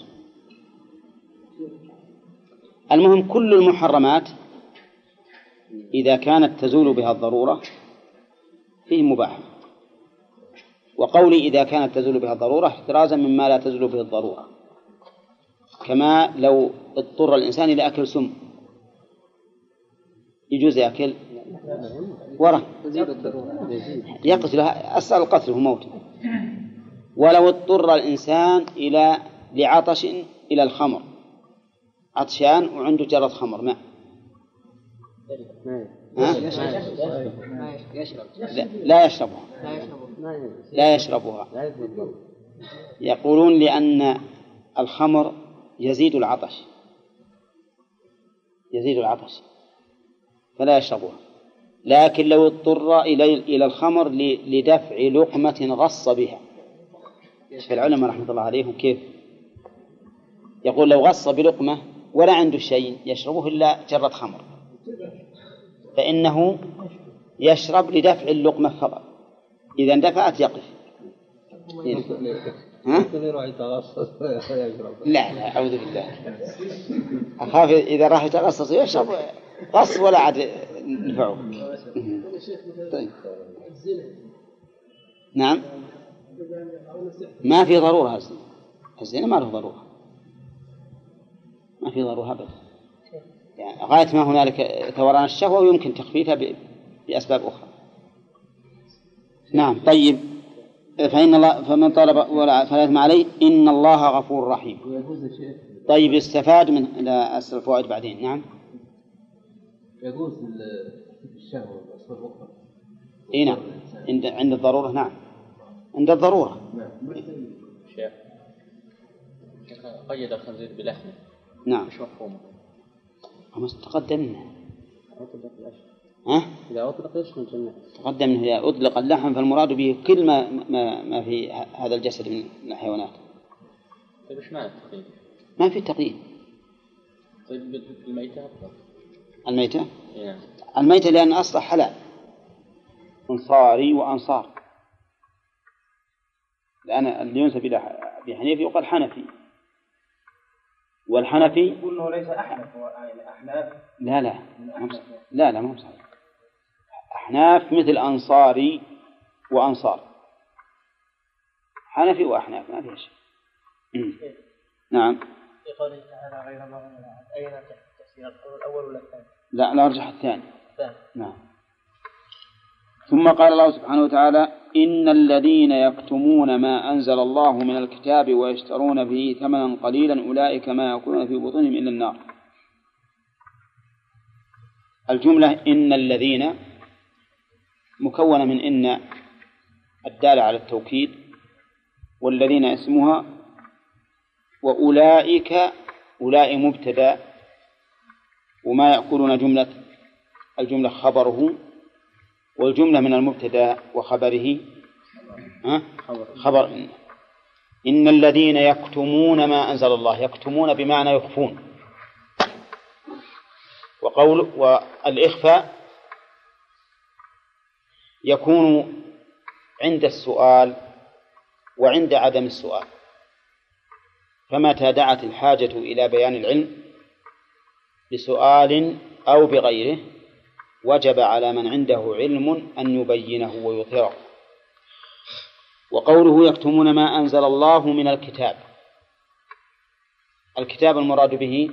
المهم كل المحرمات إذا كانت تزول بها الضرورة فيه مباح، وقولي إذا كانت تزول بها الضرورة احترازا مما لا تزول به الضرورة، كما لو اضطر الإنسان إلى أكل سم يجوز يأكل ورق يقتلها، أسأل القتل هو موت. ولو اضطر الإنسان لعطش إلى الخمر، عطشان وعنده جرة خمر ماء، لا يشربها. يقولون لأن الخمر يزيد العطش فلا يشربها. لكن لو اضطر إلى الخمر لدفع لقمة غص بها، في العلماء رحمة الله عليهم كيف يقول لو غص بلقمة ولا عنده شيء يشربه إلا جرة خمر، فإنه يشرب لدفع اللقمة فقط، إذا اندفعت يقف. لا أعوذ بالله، أخاف إذا راح يتغصص يشرب غص ولا عاد نفعه. طيب. نعم، ما في ضرورة الزنا ما له ضرورة، ما في ضرورة أبدا، يعني غاية ما هنالك ثوران الشهوة ويمكن تخفيفها بأسباب أخرى. نعم. طيب، فمن طلب فلا إثم عليه إن الله غفور رحيم. طيب، استفاد من أسر الفوائد بعدين. نعم، يجوز الشهوة بأسباب أخرى. إيه نعم، عند الضرورة. نعم، عند الضرورة. شيخ قيد الخنزير بلحمه. نعم، مش مفهوم. تقدمنا إذا أطلق يشمل الجميع. تقدم أنه إذا أطلق اللحم فالمراد به كل ما في هذا الجسد من الحيوانات. طيب إيش معنى التقييد؟ ما في تقييد. طيب الميتة أفضل. الميتة؟ نعم. الميتة لأن أصلا حلال، أنصاري وأنصار، لأن اللي ينسب إلى أبي حنيفة يقال حنفي، والحنفي يقول إنه ليس أحنف، هو أحناف. لا مو صحيح. أحناف مثل أنصاري وأنصار، حنفي وأحناف ما فيش. نعم. في قوله تعالى غير مغضوب أين تفسير الأول ولا الثاني؟ لا أرجح الثاني. نعم. ثم قال الله سبحانه وتعالى إن الذين يكتمون ما أنزل الله من الكتاب ويشترون به ثمنا قليلا أولئك ما يأكلون في بطونهم إلا النار. الجملة إن الذين مكونة من إن الدالة على التوكيد، والذين اسمها، وأولئك أولئك مبتدأ، وما يأكلون الجملة خبره، والجملة من المبتدأ وخبره خبر إن الذين يكتمون ما أنزل الله. يكتمون بمعنى يخفون. والإخفاء يكون عند السؤال وعند عدم السؤال، فمتى دعت الحاجة إلى بيان العلم بسؤال أو بغيره وجب على من عنده علم أن يبينه ويظهره. وقوله يكتمون ما أنزل الله من الكتاب، الكتاب المراد به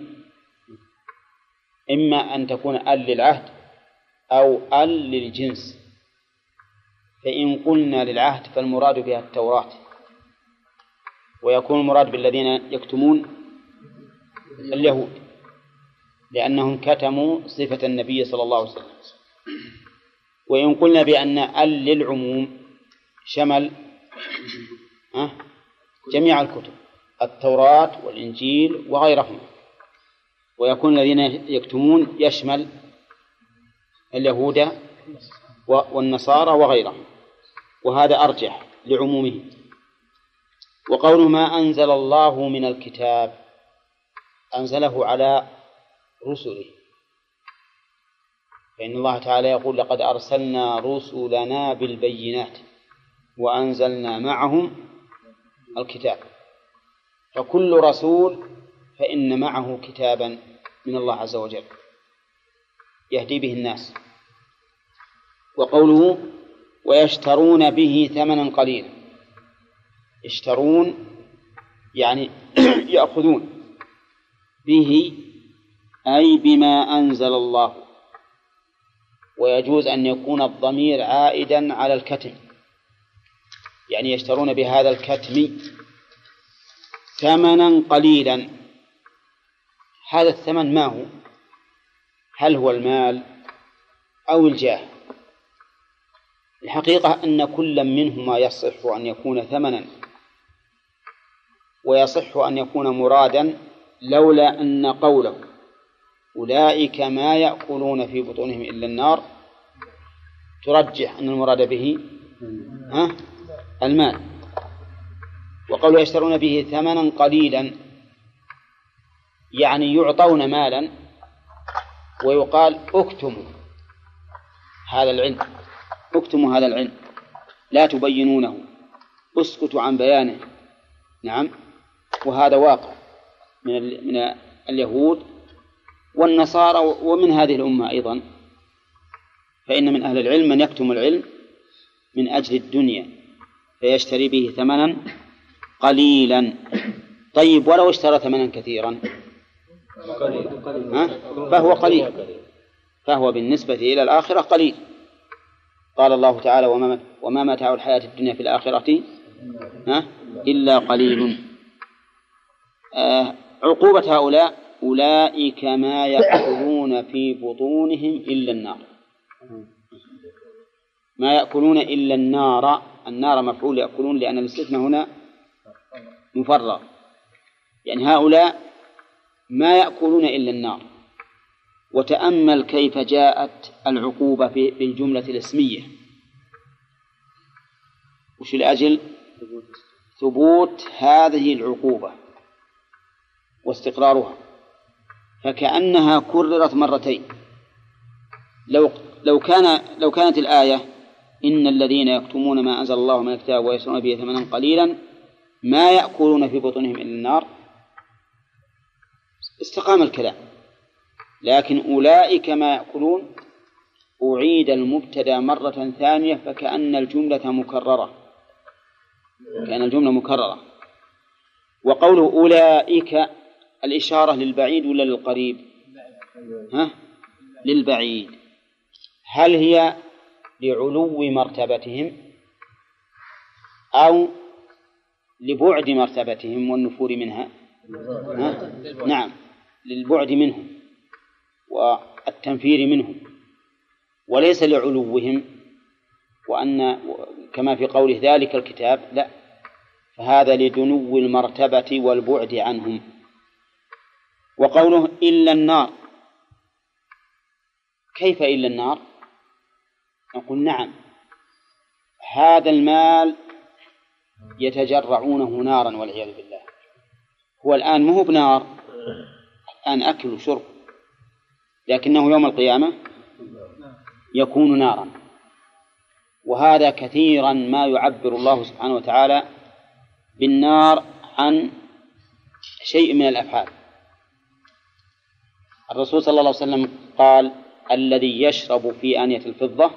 إما أن تكون ال للعهد أو ال للجنس، فإن قلنا للعهد فالمراد بها التوراة، ويكون المراد بالذين يكتمون اليهود لأنهم كتموا صفة النبي صلى الله عليه وسلم. وإن قلنا بأن ال للعموم شمل جميع الكتب، التوراة والإنجيل وغيرهم، ويكون الذين يكتمون يشمل اليهود والنصارى وغيرهم، وهذا أرجح لعمومه. وقوله ما أنزل الله من الكتاب أنزله على رسله، فإن الله تعالى يقول لقد أرسلنا رسلنا بالبينات وأنزلنا معهم الكتاب، فكل رسول فإن معه كتابا من الله عز وجل يهدي به الناس. وقوله ويشترون به ثمنا قليلا، يشترون يعني يأخذون به أي بما أنزل الله، ويجوز أن يكون الضمير عائدا على الكتم، يعني يشترون بهذا الكتم ثمنا قليلا. هذا الثمن ما هو؟ هل هو المال أو الجاه؟ الحقيقة أن كل منهما يصح أن يكون ثمنا ويصح أن يكون مرادا، لولا أن قوله أولئك ما يأكلون في بطونهم إلا النار ترجح أن المراد به المال، وقوله يشترون به ثمنا قليلا يعني يعطون مالا ويقال اكتموا هذا العلم، اكتموا هذا العلم لا تبينونه، اسكتوا عن بيانه. نعم، وهذا واقع من اليهود والنصارى ومن هذه الأمة أيضا، فإن من أهل العلم من يكتم العلم من أجل الدنيا فيشتري به ثمنا قليلا. طيب ولو اشترى ثمنا كثيرا فهو قليل، فهو بالنسبة إلى الآخرة قليل. قال الله تعالى وما متاع الحياة الدنيا في الآخرة إلا قليل. عقوبة هؤلاء أولئك ما يأكلون في بطونهم إلا النار، ما يأكلون إلا النار. النار مفعول يأكلون لأن الاستثناء هنا مفرغ، يعني هؤلاء ما يأكلون إلا النار. وتأمل كيف جاءت العقوبة في الجملة الاسمية، وش لأجل ثبوت هذه العقوبة واستقرارها، فكأنها كررت مرتين. لو كانت الآية إن الذين يكتمون ما أنزل الله من الكتاب ويشترون به ثمنا قليلا ما يأكلون في بطونهم إلا النار استقام الكلام، لكن أولئك ما يأكلون أعيد المبتدأ مرة ثانية فكأن الجملة مكررة، كأن الجملة مكررة. وقوله أولئك الإشارة للبعيد ولا للقريب؟ للبعيد. هل هي لعلو مرتبتهم أو لبعد مرتبتهم والنفور منها؟ نعم، للبعد منهم والتنفير منهم، وليس لعلوهم وأن كما في قوله ذلك الكتاب، لا، فهذا لدنو المرتبة والبعد عنهم. وقوله إلا النار، كيف إلا النار؟ نقول نعم، هذا المال يتجرعونه نارا والعياذ بالله. هو الآن مو بنار، الآن أكل وشرب، لكنه يوم القيامة يكون نارا. وهذا كثيرا ما يعبر الله سبحانه وتعالى بالنار عن شيء من الأفعال. الرسول صلى الله عليه وسلم قال الذي يشرب في آنية الفضة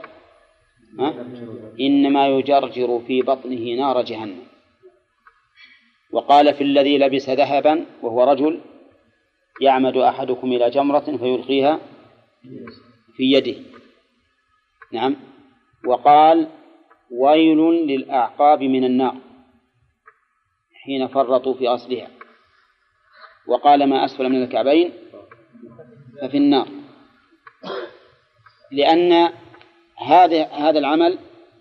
إنما يجرجر في بطنه نار جهنم. وقال في الذي لبس ذهبا وهو رجل يعمد أحدكم إلى جمرة فيلقيها في يده. نعم. وقال ويل للأعقاب من النار حين فرطوا في أصلها. وقال ما أسفل من الكعبين ففي النار، لأن هذا العمل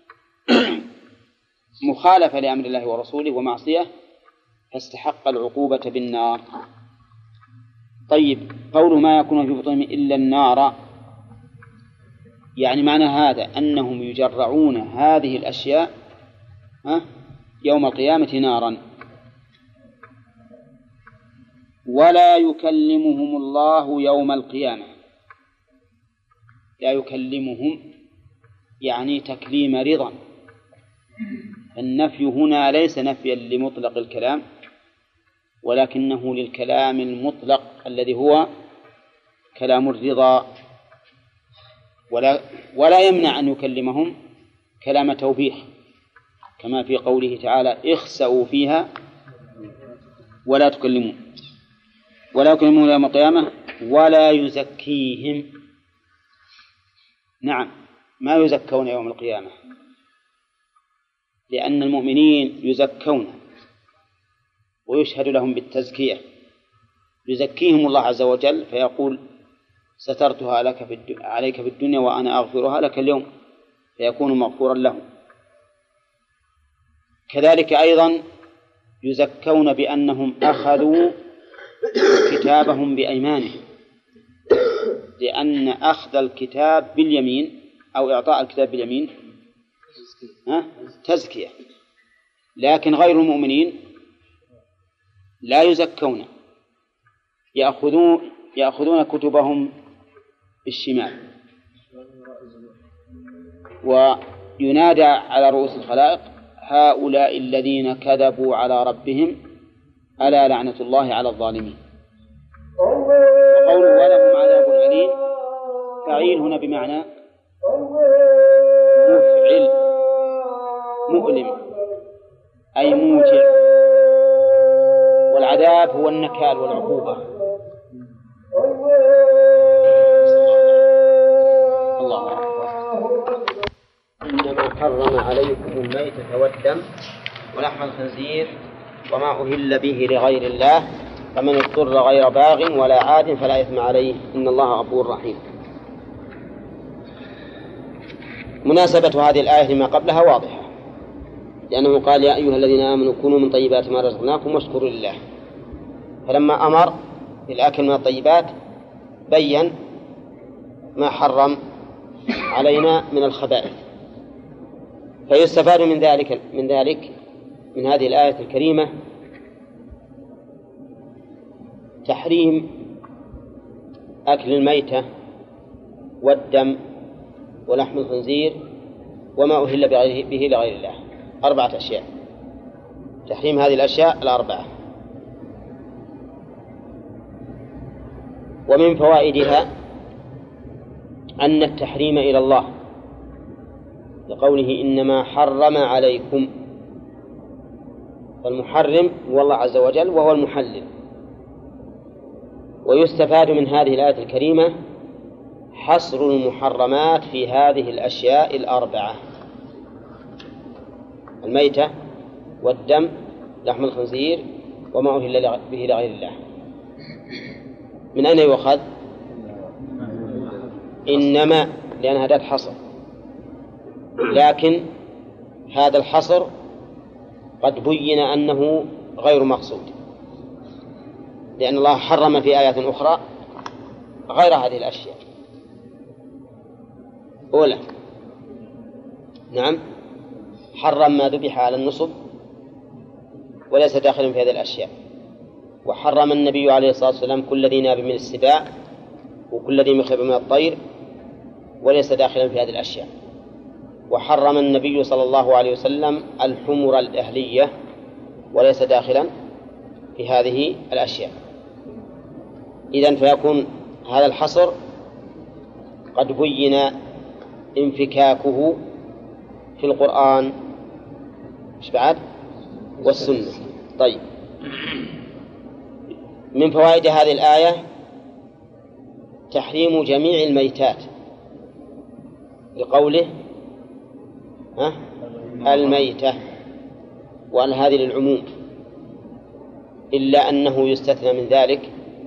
مخالفة لأمر الله ورسوله ومعصية فاستحق العقوبة بالنار. طيب، قوله ما يكون في بطونهم إلا النار، يعني معنى هذا أنهم يجرعون هذه الأشياء يوم القيامة نارا. ولا يكلمهم الله يوم القيامة، لا يكلمهم يعني تكليم رضا. النفي هنا ليس نفيا لمطلق الكلام ولكنه للكلام المطلق الذي هو كلام الرضا، ولا يمنع أن يكلمهم كلام توبيخ كما في قوله تعالى اخسأوا فيها ولا تكلمون، ولا يكلمون يوم القيامة ولا يزكيهم. نعم ما يزكون يوم القيامة، لأن المؤمنين يزكون ويشهد لهم بالتزكية، يزكيهم الله عز وجل فيقول سترتها عليك في الدنيا وأنا أغفرها لك اليوم، فيكون مغفورا لهم. كذلك أيضا يزكون بأنهم أخذوا كتابهم بأيمانهم، لأن أخذ الكتاب باليمين أو إعطاء الكتاب باليمين تزكية. لكن غير المؤمنين لا يزكون، يأخذون كتبهم بالشمال، وينادى على رؤوس الخلائق هؤلاء الذين كذبوا على ربهم ألا لعنة الله على الظالمين. وقوله ولهم عذاب أليم فعيل هنا بمعنى مفعل مؤلم أي موجع، والعذاب هو النكال والعقوبة. الله أكبر. إنما حرم عليكم الميتة والدم ولحم الخنزير وما أهل به لغير الله، فمن اضطر غير باغ ولا عاد فلا إثم عليه إن الله غفور رحيم. مناسبة هذه الآية لما قبلها واضحة، لأنه قال يا أيها الذين آمنوا كونوا من طيبات ما رزقناكم واشكروا لله، فلما أمر بالأكل من الطيبات بين ما حرم علينا من الخبائث. فيستفاد من هذه الآية الكريمة تحريم أكل الميتة والدم ولحم الخنزير وما أهل به لغير الله، 4 أشياء، تحريم هذه الأشياء 4. ومن فوائدها أن التحريم إلى الله، لقوله إنما حرم عليكم، فالمحرم هو الله عز وجل وهو المحلل. ويستفاد من هذه الآية الكريمة حصر المحرمات في هذه الأشياء 4: الميتة والدم لحم الخنزير وما أهل به لغير الله. من أين يؤخذ؟ إنما، لأنها أداة حصر، لكن هذا الحصر قد بين أنه غير مقصود، لأن الله حرم في آيات أخرى غير هذه الأشياء. أولا نعم حرم ما ذبح على النصب وليس داخلا في هذه الأشياء، وحرم النبي عليه الصلاة والسلام كل ذي ناب من السباع وكل ذي مخلب من الطير وليس داخلا في هذه الأشياء. وحرم النبي صلى الله عليه وسلم الحمر الأهلية وليس داخلا في هذه الأشياء. إذن فيكون هذا الحصر قد بين انفكاكه في القرآن والسنة. طيب، من فوائد هذه الآية تحريم جميع الميتات، لقوله الميتة، وأن هذه للعموم، إلا أنه يستثنى من ذلك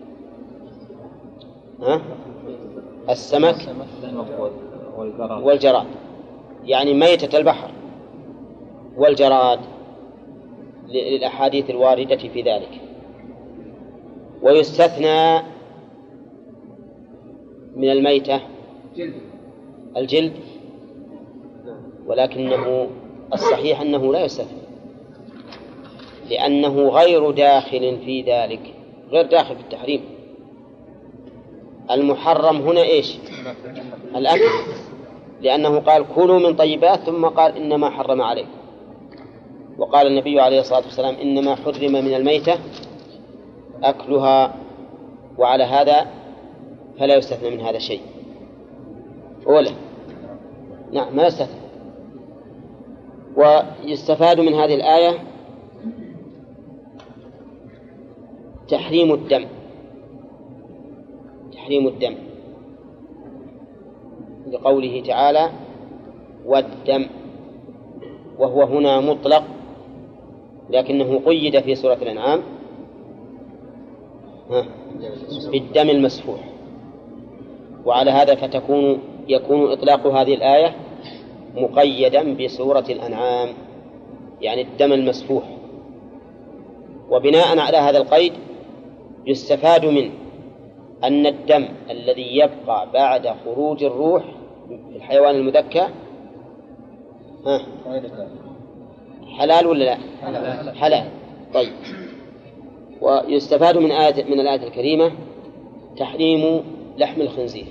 السمك والجراد، يعني ميتة البحر والجراد للأحاديث الواردة في ذلك. ويستثنى من الميتة الجلد، ولكنه الصحيح أنه لا يستثنى، لأنه غير داخل في ذلك، غير داخل في التحريم. المحرم هنا إيش؟ الأكل، لأنه قال كلوا من طيبات ثم قال إنما حرم عليكم، وقال النبي عليه الصلاة والسلام إنما حرم من الميتة أكلها، وعلى هذا فلا يستثنى من هذا شيء. أولا نعم ما يستثنى. ويستفاد من هذه الآية تحريم الدم، لقوله تعالى والدم، وهو هنا مطلق لكنه قيد في سورة الأنعام بالدم المسفوح. وعلى هذا يكون إطلاق هذه الآية مقيدا بسورة الأنعام، يعني الدم المسفوح. وبناء على هذا القيد يستفاد منه أن الدم الذي يبقى بعد خروج الروح في الحيوان المذكى حلال ولا لا؟ حلال. طيب، ويستفاد من الآية الكريمة تحريم لحم الخنزير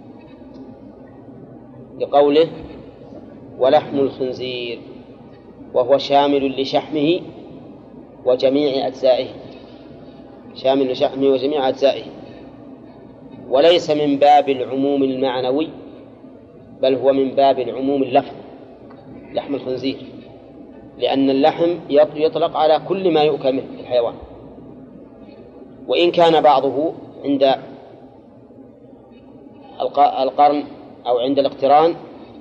لقوله ولحم الخنزير، وهو شامل لشحمه وجميع أجزائه، شامل لشحمه وجميع أجزائه، وليس من باب العموم المعنوي بل هو من باب العموم اللفظ، لحم الخنزير، لأن اللحم يطلق على كل ما يؤكل من الحيوان، وإن كان بعضه عند القرن أو عند الاقتران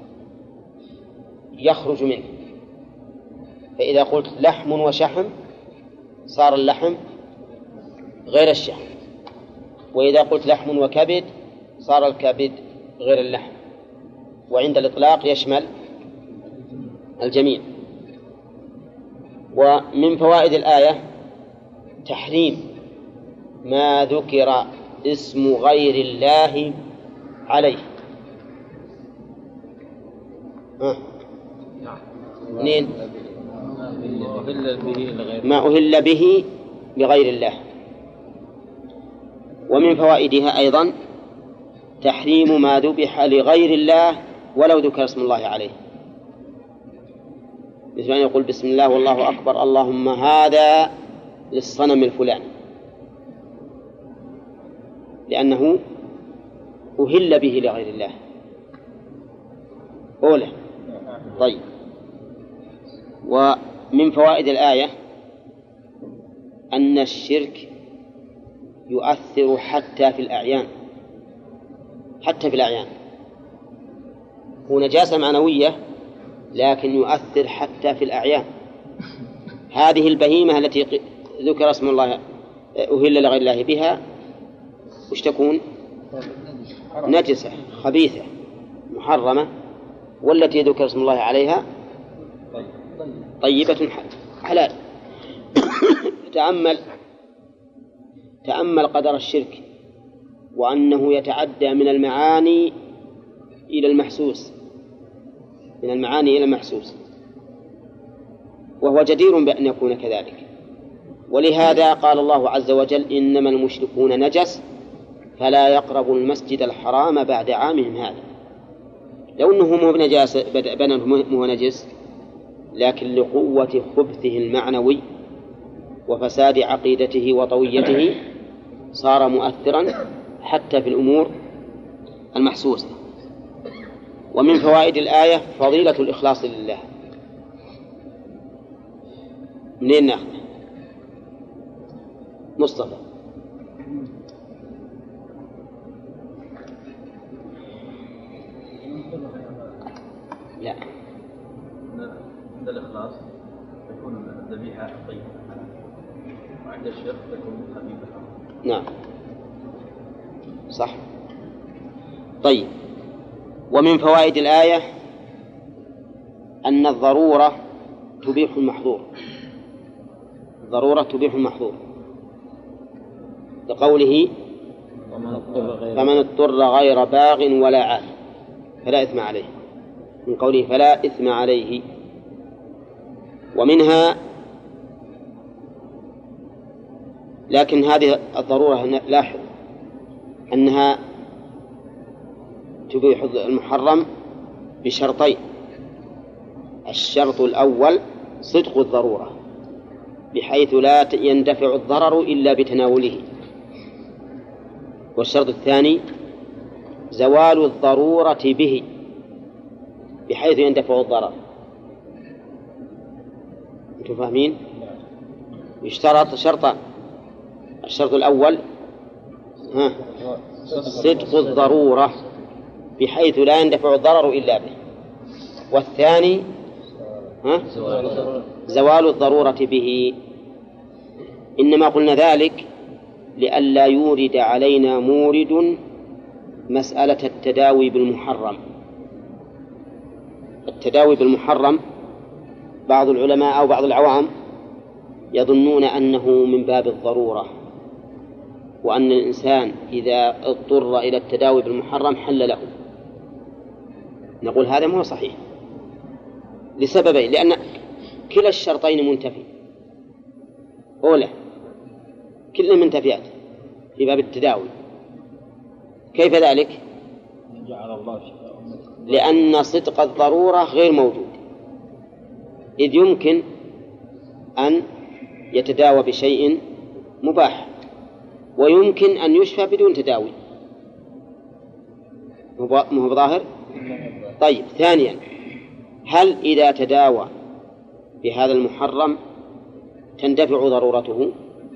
يخرج منه، فإذا قلت لحم وشحم صار اللحم غير الشحم، وإذا قلت لحم وكبد صار الكبد غير اللحم، وعند الإطلاق يشمل الجميع. ومن فوائد الآية تحريم ما ذكر اسم غير الله عليه. اثنين، ما أهل به لغير الله. ومن فوائدها أيضا تحريم ما ذبح لغير الله ولو ذكر اسم الله عليه، مثل أن يقول بسم الله والله أكبر اللهم هذا للصنم الفلاني، لأنه أهل به لغير الله. أولى. طيب، ومن فوائد الآية أن الشرك يؤثر حتى في الأعيان، حتى في الأعيان هو نجاسة معنوية لكن يؤثر حتى في الأعيان. هذه البهيمة التي ذكر اسم الله أهل لغير الله بها وش تكون؟ نجسة خبيثة محرمة، والتي ذكر اسم الله عليها طيبة حلال. تأمل قدر الشرك وأنه يتعدى من المعاني إلى المحسوس، من المعاني إلى المحسوس، وهو جدير بأن يكون كذلك. ولهذا قال الله عز وجل إنما المشركون نجس فلا يقربوا المسجد الحرام بعد عامهم هذا. لو أنه مو بنجاسة مو نجس، لكن لقوة خبثه المعنوي وفساد عقيدته وطويته صار مؤثرا حتى في الأمور المحسوسة. ومن فوائد الآية فضيلة الإخلاص لله. منين نأخذ؟ مصطفى. لا، عند الإخلاص تكون الذبيحة طيبة وعند الشرك تكون خفيفة. نعم صح. طيب، ومن فوائد الآية أن الضرورة تبيح المحظور، الضرورة تبيح المحظور، لقوله فمن اضطر غير باغ ولا عاد فلا إثم عليه، من قوله فلا إثم عليه. ومنها لكن هذه الضرورة لاحظ أنها تبيح المحرم بشرطين. الشرط الأول صدق الضرورة بحيث لا يندفع الضرر إلا بتناوله، والشرط الثاني زوال الضرورة به بحيث يندفع الضرر. أنتم فاهمين؟ يشترط شرطان. الشرط الأول صدق الضرورة بحيث لا يندفع الضرر إلا به. والثاني زوال الضرورة به. إنما قلنا ذلك لئلا يورد علينا مورد مسألة التداوي بالمحرم. التداوي بالمحرم بعض العلماء أو بعض العوام يظنون أنه من باب الضرورة، وأن الإنسان إذا اضطر إلى التداوي بالمحرم حل له. نقول هذا مو صحيح لسببين: لأن كلا الشرطين منتفي. أولى كل منتفيات في باب التداوي. كيف ذلك؟ لأن صدق الضرورة غير موجود، إذ يمكن أن يتداوى بشيء مباح ويمكن أن يشفى بدون تداوي. مو بظاهر؟ طيب، ثانيا، هل إذا تداوى بهذا المحرم تندفع ضرورته؟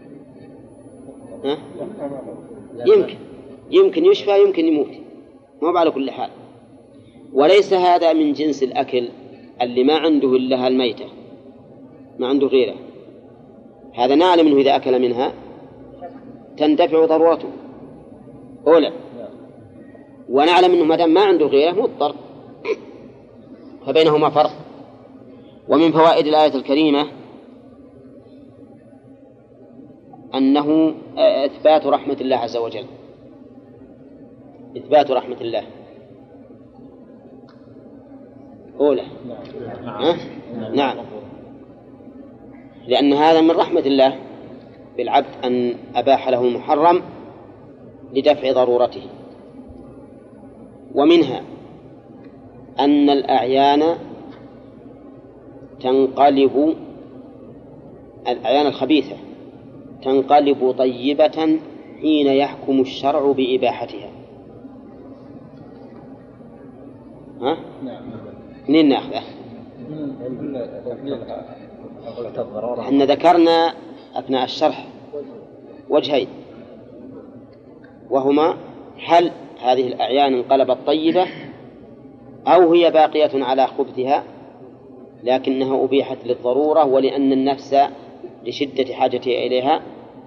يمكن يشفى، يمكن يموت، ما على كل حال. وليس هذا من جنس الأكل اللي ما عنده إلا الميتة، ما عنده غيره. هذا نعلم أنه إذا أكل منها تندفع ضرورته أولى، ونعلم أنه مدام ما عنده غيره مضطر، فبينهما فرق. ومن فوائد الآية الكريمة أنه إثبات رحمة الله عز وجل، إثبات رحمة الله أولى. نعم، لأن هذا من رحمة الله بالعبد أن أباح له المحرم لدفع ضرورته. ومنها أن الأعيان تنقلب، الأعيان الخبيثة تنقلب طيبة حين يحكم الشرع بإباحتها. منين نأخذه؟ احنا ذكرنا أثناء الشرح وجهين، وهما: هل هذه الأعيان انقلبت طيبة أو هي باقية على خبثها لكنها أبيحت للضرورة ولأن النفس لشدة حاجتها إليها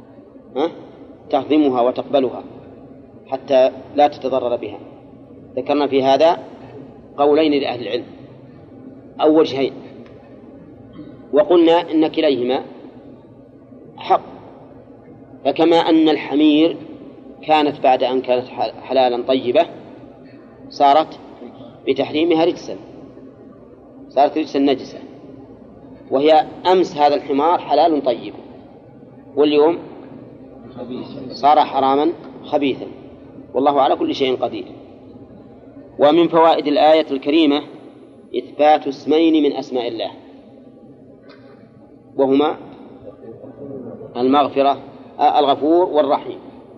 تهضمها وتقبلها حتى لا تتضرر بها. ذكرنا في هذا قولين لأهل العلم أو وجهين، وقلنا إن كليهما حق. فكما أن الحمير كانت بعد أن كانت حلالا طيبة صارت بتحريمها رجسا، صارت رجسا نجسا، وهي أمس هذا الحمار حلال طيب واليوم صار حراما خبيثا، والله على كل شيء قدير. ومن فوائد الآية الكريمة إثبات اسمين من أسماء الله، وهما الغفور والرحيم.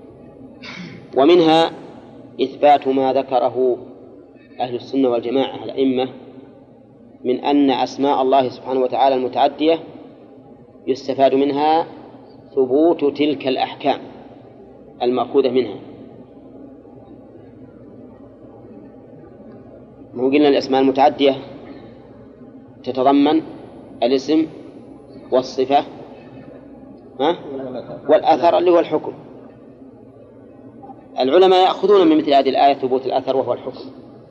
ومنها إثبات ما ذكره أهل السنة والجماعة الأئمة من أن أسماء الله سبحانه وتعالى المتعدية يستفاد منها ثبوت تلك الأحكام المأخوذة منها. ما قلنا الأسماء المتعدية تتضمن الاسم والصفة والأثر اللي هو الحكم. العلماء يأخذون من مثل هذه الآية ثبوت الأثر وهو الحكم،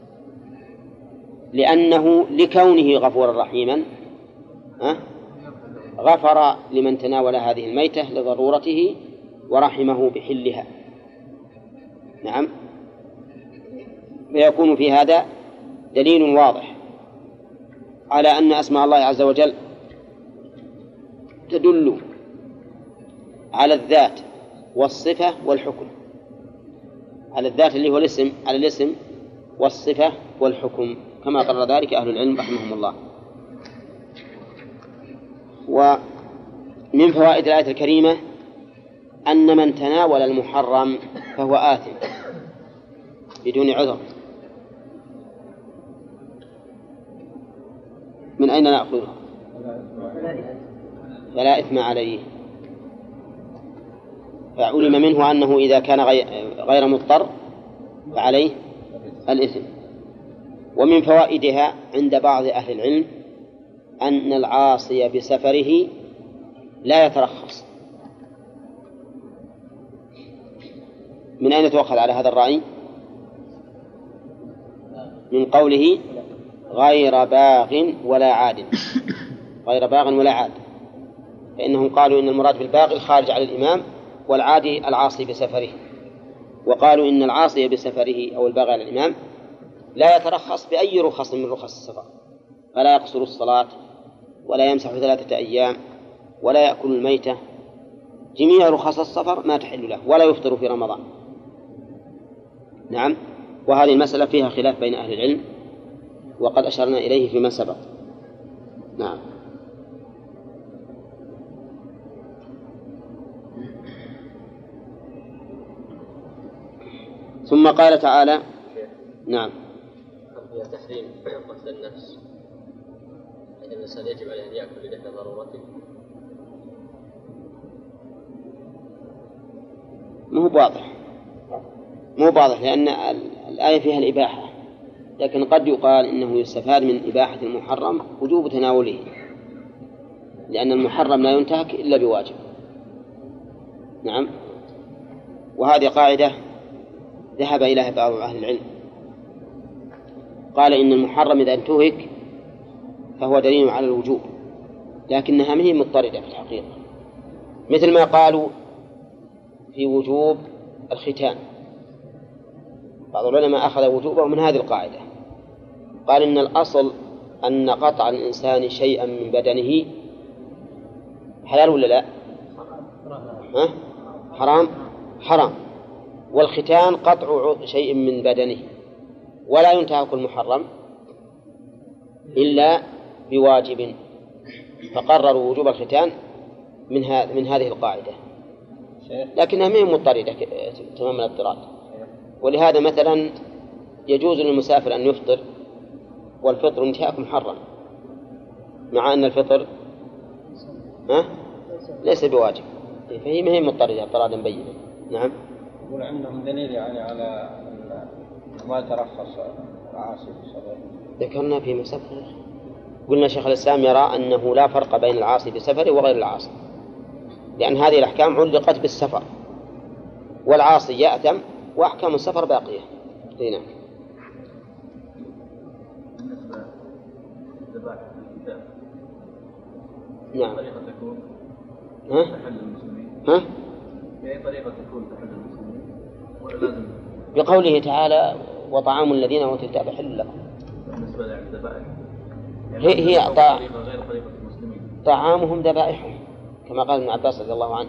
لأنه لكونه غفورا رحيما غفر لمن تناول هذه الميتة لضرورته ورحمه بحلها. نعم، فيكون في هذا دليل واضح على أن أسماء الله عز وجل تدل على الذات والصفة والحكم، على الذات اللي هو الاسم، على الاسم والصفة والحكم، كما قرر ذلك أهل العلم رحمهم الله. ومن فوائد الآية الكريمة أن من تناول المحرم فهو آثم بدون عذر. من أين نأخذها؟ فلا إثم عليه. فعلم منه أنه إذا كان غير مضطر فعليه الإثم. ومن فوائدها عند بعض أهل العلم أن العاصي بسفره لا يترخص. من أين تؤخذ على هذا الرأي؟ من قوله غير باغ ولا عاد، غير باغ ولا عاد، فإنهم قالوا إن المراد بالباغ الخارج على الإمام، والعادي العاصي بسفره. وقالوا إن العاصي بسفره أو الباغي على الإمام لا يترخص بأي رخص من رخص السفر، فلا يقصر الصلاة ولا يمسح 3 أيام ولا يأكل الميتة، جميع رخص السفر ما تحل له، ولا يفطر في رمضان. نعم، وهذه المسألة فيها خلاف بين أهل العلم وقد أشرنا إليه فيما سبق. نعم. ثم قال تعالى نعم فيها تحريم قتل النفس، أن الإنسان يجب عليه أن يأكل لدفع ضرورته. مو واضح لأن الآية فيها الإباحة، لكن قد يقال إنه يستفاد من إباحة المحرم وجوب تناوله، لأن المحرم لا ينتهك إلا بواجب. نعم، وهذه قاعدة ذهب إليها بعض أهل العلم، قال إن المحرم إذا انتهك فهو دليل على الوجوب، لكنها ما هي مضطردة في الحقيقة، مثل ما قالوا في وجوب الختان. بعض العلماء أخذ وجوبه من هذه القاعدة، قال إن الأصل أن قطع الإنسان شيئا من بدنه حلال ولا لا؟ حرام، والختان قطع شيء من بدنه، ولا ينتهك المحرم إلا بواجب، فقرروا وجوب الختان من هذه القاعدة، لكنها ما هي مضطردة تمام الاضطراد. ولهذا مثلا يجوز للمسافر أن يفطر، والفطر انتهاك محرم، مع أن الفطر ليس بواجب، فهي ما هي مضطردة اضطرادا بينا. نعم. يقول عندهم دليل يعني على ما ترخص العاصي بسفره. ذكرنا في مسافر، قلنا شيخ الإسلام يرى أنه لا فرق بين العاصي بسفره وغير العاصي، لأن هذه الأحكام علقت بالسفر، والعاصي يأثم وأحكام السفر باقية. هنا بالنسبة لذبائح الكتاب، نعم، طريقة تكون تحل المسلمين، بأي طريقة تكون تحل المسلمين، ولا لازم بقوله تعالى وطعام الذين أوتوا الكتاب حل لكم. بالنسبة للذبائح هي طريقة غير طريقة المسلمين، طعامهم ذبائحهم، كما قال ابن عباس رضي الله عنه.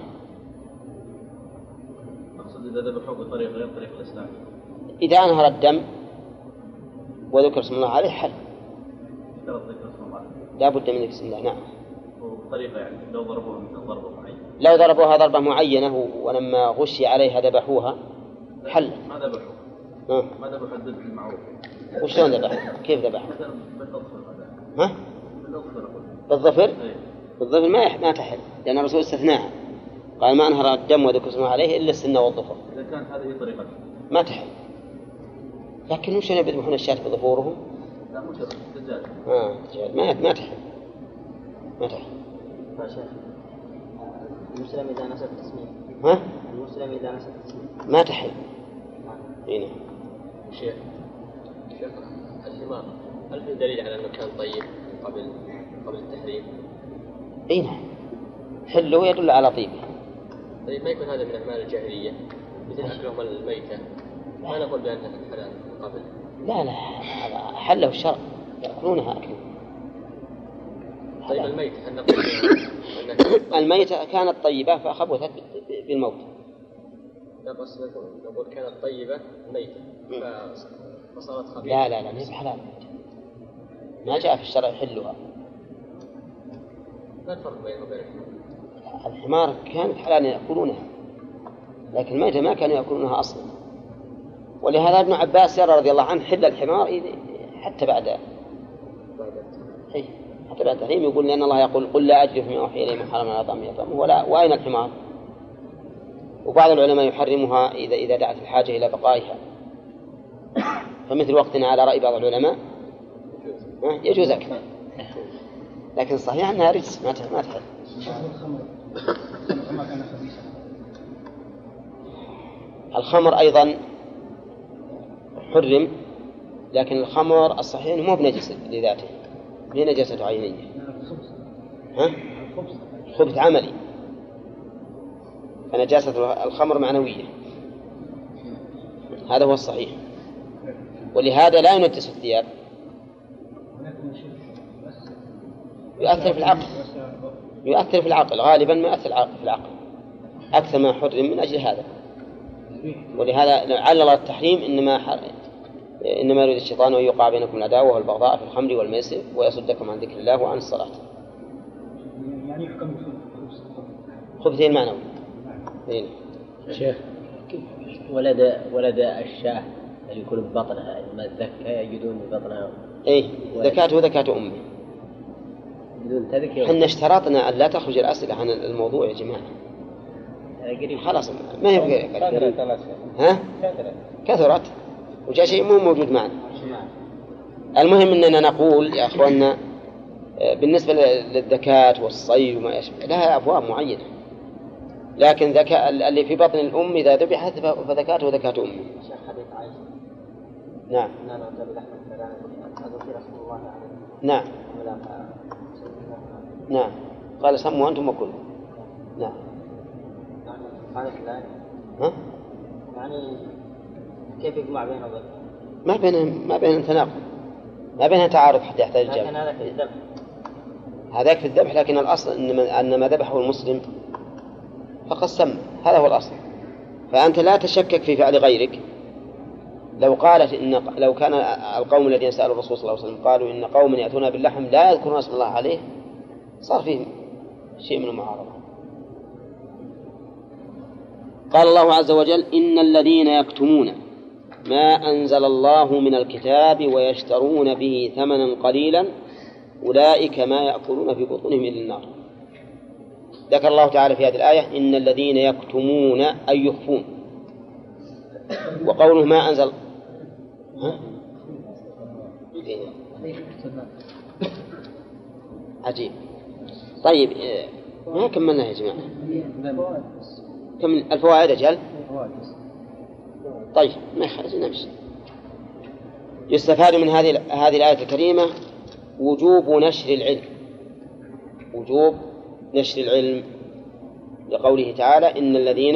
أقصد إذا ذبحوا بطريقة غير طريقة الإسلام، إذا أنهر الدم وذكر اسم الله عليه حل، اشترط ذكر اسم الله، لا بد من ذكر اسم الله. نعم، وبطريقة يعني لو ضربوها مثل ضربة معينة، لو ضربوها ضربة معينة ولما غشي عليها ذبحوها حل. ما ذبحوا ما ذبحوا الذبح المعروف. وشلون ذبحوا؟ كيف ذبحوا؟ بالأظفر بالظفر؟ بالظفر ما تحل، لأن الرسول استثناها، قال ما أنهر الدم وذكر اسمه عليه إلا السن والظفر. إذا كانت هذه طريقة ما تحل. لكن وش اللي يذبحون الشاة بظفورهم؟ لا مو شرط دجاج. ما تحل. يا شيخ، المسلم إذا نسب التسمية المسلم إذا نسب التسمية ما تحل. هنا شيخ الحمار، هل في دليل على أنه كان طيب قبل التحريم؟ أي نعم، حله يدل على طيبه. طيب ما يكون هذا من أعمال الجاهلية مثل أكلهم الميتة؟ ما نقول بأنها حلال قبل. لا هذا حله الشرع، يأكلونها أكل. طيب الميتة هل نقول الميتة كانت طيبة فخبثت بالموت. لا بس نقول كانت طيبة ميتة فصارت خبيثة. لا ما هي حلال، ما جاء في الشرع يحلها. ما الفرق بينه وبين الحمار كانت حلال يأكلونها، لكن الميتة ما كانوا يأكلونها أصلا. ولهذا ابن عباس يرى رضي الله عنه حل الحمار حتى بعد التحريم، يقول لأن الله يقول قل لا أجد فيما أوحي إلي محرما على طعام يطعمه وأين الحمار. وبعض العلماء يحرمها إذا دعت الحاجة إلى بقائها، فمثل وقتنا على رأي بعض العلماء يجوز أكثر، لكن صحيح أنها رجس ما تحل. الخمر أيضا حرم، لكن الخمر الصحيح أنه مو بنجس لذاته، هي نجاسة عينية. خبث عملي، فنجاسة الخمر معنوية، هذا هو الصحيح. ولهذا لا ينجس الثياب، يؤثر في العقل، يؤثر في العقل غالبا، ما يؤثر في العقل أكثر ما حرم من أجل هذا. ولهذا علل التحريم إنما يريد الشيطان أن يوقع بينكم العداوة والبغضاء في الخمر والميسر ويصدكم عن ذكر الله وعن الصلاة. يعني يحكم خبثين معنوي. شيخ، ولد الشاه اللي يكون ببطنها ما الذكاء يجدون ببطنها ذكاته ذكاة أمه بدون تذكير. حنا اشترطنا أن لا تخرج الأسئلة عن الموضوع يا جماعة. خلاص ما هي كثرت وجاء شيء مو موجود معنا. المهم أننا نقول يا أخواننا بالنسبة للذكاة والصيد وما يشبه لها أبواب معينة، لكن ذكاء اللي في بطن الأم إذا ذبحت فذكاته ذكاة أمه. نعم نعم نعم قال سموا أنتم وكلوا. نعم يعني كيف يجمع بين وبين؟ ما بين تناقض، ما بينها تعارض حتى يحتاج الجمع. لكن هذا في الذبح، هذاك في الذبح، لكن الأصل أن ما ذبحه المسلم فقد سمى، هذا هو الأصل. فأنت لا تشكك في فعل غيرك. لو كان القوم الذين سألوا الرسول صلى الله عليه وسلم قالوا إن قوم يأتون باللحم لا يذكرون اسم الله عليه، صار فيه شيء من المعارضة. قال الله عز وجل إن الذين يكتمون ما أنزل الله من الكتاب ويشترون به ثمنا قليلا أولئك ما يأكلون في بطونهم إلا النار. ذكر الله تعالى في هذه الآية إن الذين يكتمون أي يخفون، وقوله ما أنزل عجيب. طيب ما كملنا يا جماعة، كم الفوائد أجل؟ طيب ما يخرج نمشي. يستفاد من هذه الآية الكريمة وجوب نشر العلم، وجوب نشر العلم لقوله تعالى إن الذين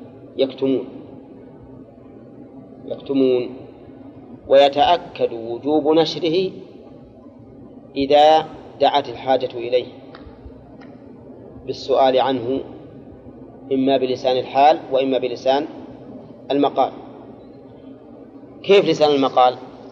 يكتمون، ويتأكد وجوب نشره إذا دعت الحاجة إليه بالسؤال عنه، إما بلسان الحال وإما بلسان المقال. كيف لسان المقال؟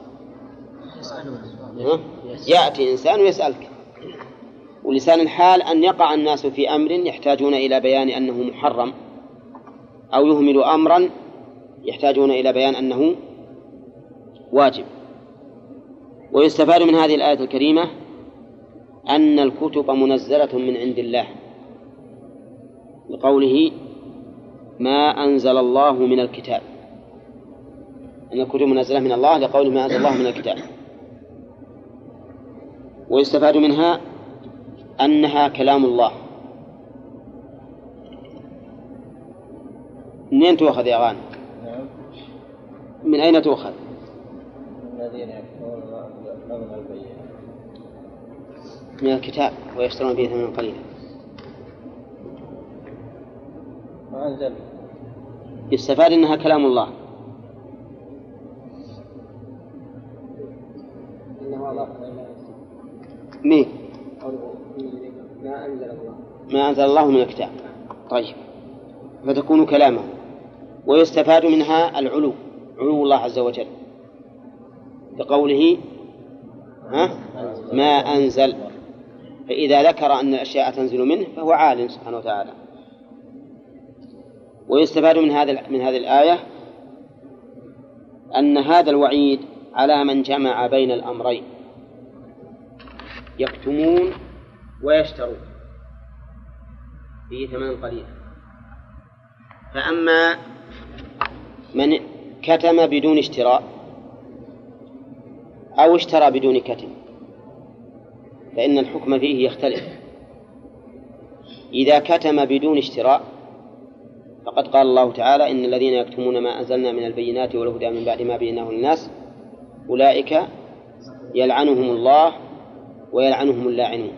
يأتي إنسان ويسألك. ولسان الحال أن يقع الناس في أمر يحتاجون إلى بيان أنه محرم، أو يهمل أمرا يحتاجون إلى بيان أنه واجب. ويستفاد من هذه الآية الكريمة أن الكتب منزلة من عند الله، لقوله ما أنزل الله من الكتاب، أن الكتب منزلة من الله لقوله ما أنزل الله من الكتاب. ويستفاد منها أنها كلام الله. منين تؤخذ يا غانم؟ من أين تؤخذ؟ الذين يكتمون ما أنزل من البينات من الكتاب ويشترون به ثمنا قليلا. ما أنزل يستفاد أنها كلام الله. مين؟ ما أنزل الله من الكتاب. طيب، فتكون كلامه. ويستفاد منها علو الله عز وجل بقوله ما أنزل، فإذا ذكر أن الأشياء تنزل منه فهو عالم سبحانه وتعالى. ويستفاد من هذه الآية أن هذا الوعيد على من جمع بين الأمرين، يكتمون ويشترون به ثمنا قليلا. فأما من كتم بدون اشتراء أو اشترى بدون كتم فإن الحكم فيه يختلف. إذا كتم بدون اشتراء فقد قال الله تعالى: إن الذين يكتمون ما أنزلنا من البينات والهدى من بعد ما بيناه للناس أولئك يلعنهم الله ويلعنهم اللاعنون.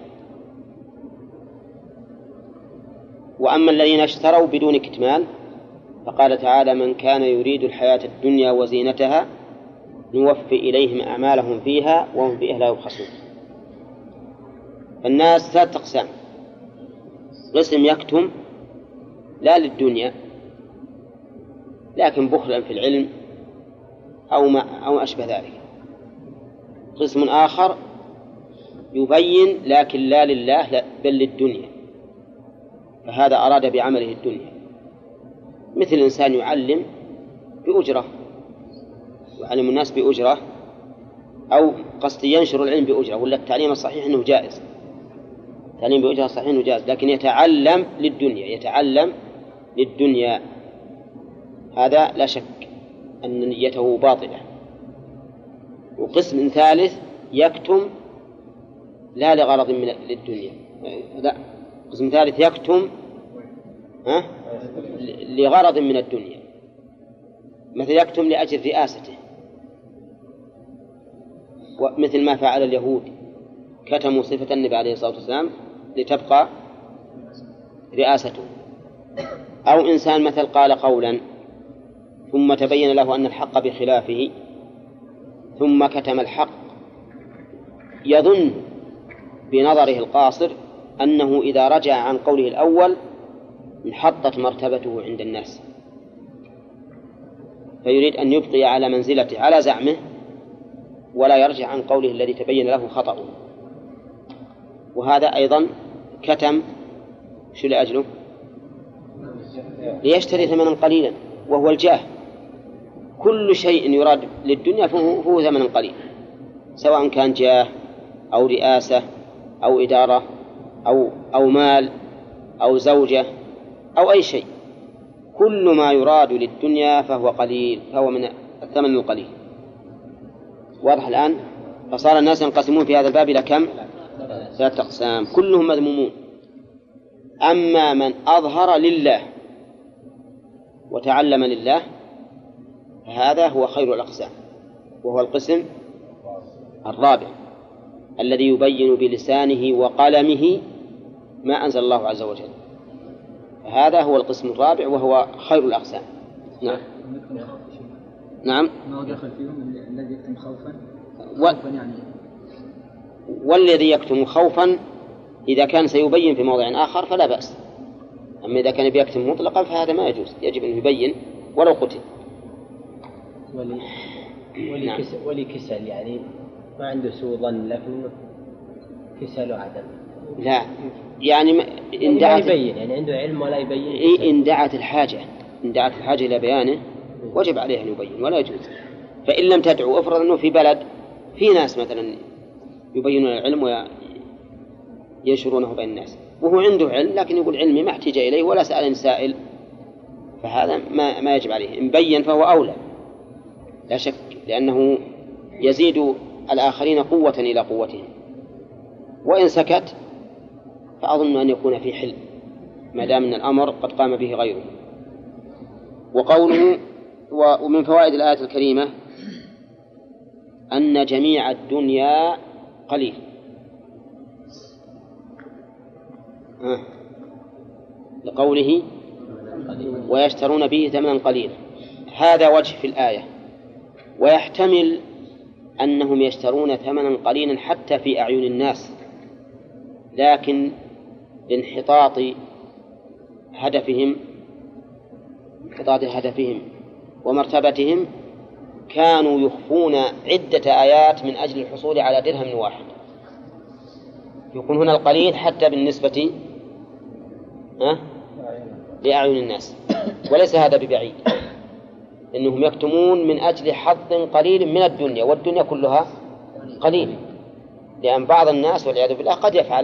وأما الذين اشتروا بدون كتمان فقال تعالى: من كان يريد الحياة الدنيا وزينتها نوفي إليهم أعمالهم فيها وهم فيها لا يبخسون. الناس ثلاث أقسام: قسم يكتم لا للدنيا لكن بخلا في العلم أو أشبه ذلك. قسم آخر يبين لكن لا لله بل للدنيا، فهذا أراد بعمله الدنيا، مثل إنسان يعلم بأجرة، يعلم الناس بأجرة، أو قصد ينشر العلم بأجرة، ولا التعليم الصحيح أنه جائز، التعليم بأجرة صحيح أنه جائز، لكن يتعلم للدنيا، هذا لا شك أن نيته باطلة. وقسم ثالث يكتم لا لغرض من للدنيا، لا، قسم ثالث يكتم لغرض من الدنيا، مثل يكتم لأجل رئاسته، مثل ما فعل اليهود، كتموا صفة النبي عليه الصلاة والسلام لتبقى رئاسته. أو إنسان مثل قال قولا ثم تبين له أن الحق بخلافه ثم كتم الحق، يظن بنظره القاصر أنه إذا رجع عن قوله الأول انحطت مرتبته عند الناس، فيريد أن يبقي على منزلته على زعمه ولا يرجع عن قوله الذي تبين له خطأه. وهذا أيضا كتم شو لأجله؟ ليشتري ثمنا قليلا وهو الجاه. كل شيء يراد للدنيا فهو ثمن قليل، سواء كان جاه أو رئاسة أو إدارة أو مال أو زوجة أو أي شيء، كل ما يراد للدنيا فهو قليل، فهو من الثمن القليل. واضح الآن؟ فصار الناس ينقسمون في هذا الباب إلى كم؟ ثلاثة أقسام، كلهم مذمومون. أما من أظهر لله وتعلم لله فهذا هو خير الأقسام، وهو القسم الرابع الذي يبين بلسانه وقلمه ما أنزل الله عز وجل، هذا هو القسم الرابع وهو خير الأقسام. نعم. نعم. ما هو داخل فيهم الذي يكتم خوفا يعني. والذي يكتم خوفا إذا كان سيبين في موضع آخر فلا بأس، أما إذا كان بيكتم مطلقا فهذا ما يجوز، يجب أن يبين ولو قتل. ولي كسل يعني ما عنده سوء ظن لكنه كسل وعدم. لا يعني إن دعت يبين يعني عنده علم ولا يبين. إن دعت الحاجة إلى بيانه وجب عليه أن يبين ولا يجوز. فإن لم تدعو، افرض أنه في بلد في ناس مثلا يبينون العلم وينشرونه بين الناس وهو عنده علم لكن يقول علمي ما احتاج إليه ولا سألني سائل، فهذا ما يجب عليه. إن بين فهو أولى لا شك، لأنه يزيد الآخرين قوة إلى قوتهم. وإن سكت فأظن أن يكون في حل ما دام أن الأمر قد قام به غيره. وقوله ومن فوائد الآية الكريمة أن جميع الدنيا قليل. لقوله ويشترون به ثمنا قليلا، هذا وجه في الآية، ويحتمل أنهم يشترون ثمنا قليلا حتى في أعين الناس، لكن لانحطاط هدفهم ومرتبتهم كانوا يخفون عدة آيات من أجل الحصول على درهم واحد. يكون هنا القليل حتى بالنسبة لأعين الناس، وليس هذا ببعيد، إنهم يكتمون من أجل حظ قليل من الدنيا، والدنيا كلها قليل، لأن بعض الناس والعياذ بالله قد يفعل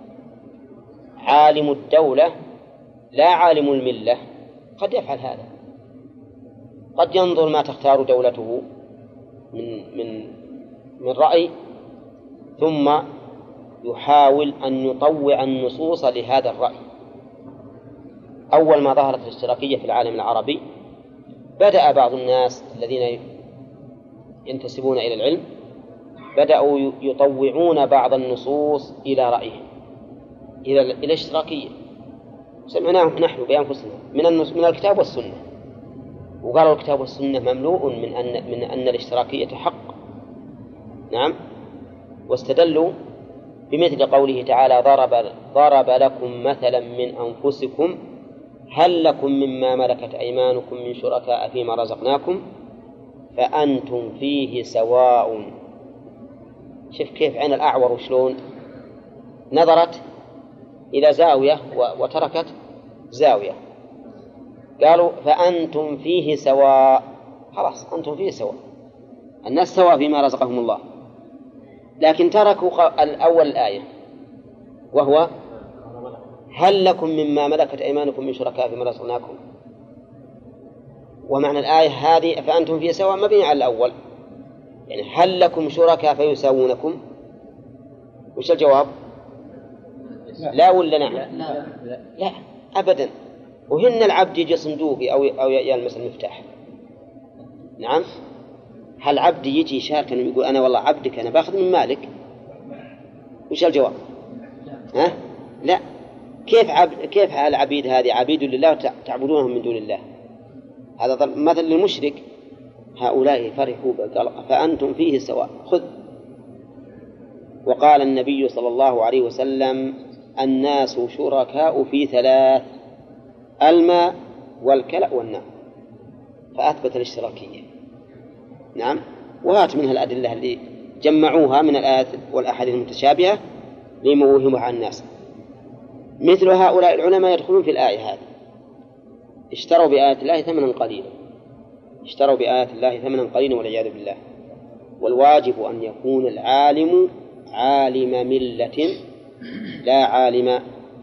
عالم الدولة لا عالم الملة، قد يفعل هذا، قد ينظر ما تختار دولته من رأي ثم يحاول أن يطوع النصوص لهذا الرأي. أول ما ظهرت الاشتراكية في العالم العربي بدأ بعض الناس الذين ينتسبون إلى العلم بدأوا يطوعون بعض النصوص إلى رأيهم، إلى الاشتراكية. سمعناهم نحن بأنفسنا من الكتاب والسنة، وقالوا الكتاب والسنة مملوء من أن الاشتراكية حق. نعم. واستدلوا بمثل قوله تعالى: ضرب لكم مثلا من أنفسكم هل لكم مما ملكت أيمانكم من شركاء فيما رزقناكم فأنتم فيه سواء. شوف كيف عين الأعور وشلون نظرت إلى زاوية وتركت زاوية. قالوا فأنتم فيه سواء، خلاص أنتم فيه سواء، الناس سواء فيما رزقهم الله. لكن تركوا الأول الآية وهو هل لكم مما ملكت أيمانكم من شركاء فيما رزقناكم. ومعنى الآية هذه فأنتم فيه سواء مبني على الأول، يعني هل لكم شركاء فيساوونكم. وش الجواب؟ لا ولا نعم؟ لا أبدا. وهن العبد يجي صندوقي أو يلمس المفتاح. نعم. هل عبد يجي شاركا ويقول أنا والله عبدك أنا باخذ من مالك؟ وش الجواب؟ ها؟ لا. كيف العبيد هذه عبيد لله تعبدونهم من دون الله؟ هذا مثل للمشرك. هؤلاء فرحوا فأنتم فيه سواء، خذ. وقال النبي صلى الله عليه وسلم: الناس شركاء في ثلاث: الماء والكلأ والنار. فأثبت الاشتراكية. نعم. وهات منها الأدلة اللي جمعوها من الآيات والأحاديث المتشابهة ليموهمها عن الناس. مثل هؤلاء العلماء يدخلون في الآية هذه، اشتروا بآيات الله ثمنا قليلا، اشتروا بآيات الله ثمنا قليلا والعياذ بالله. والواجب أن يكون العالم عالم ملة لا عالم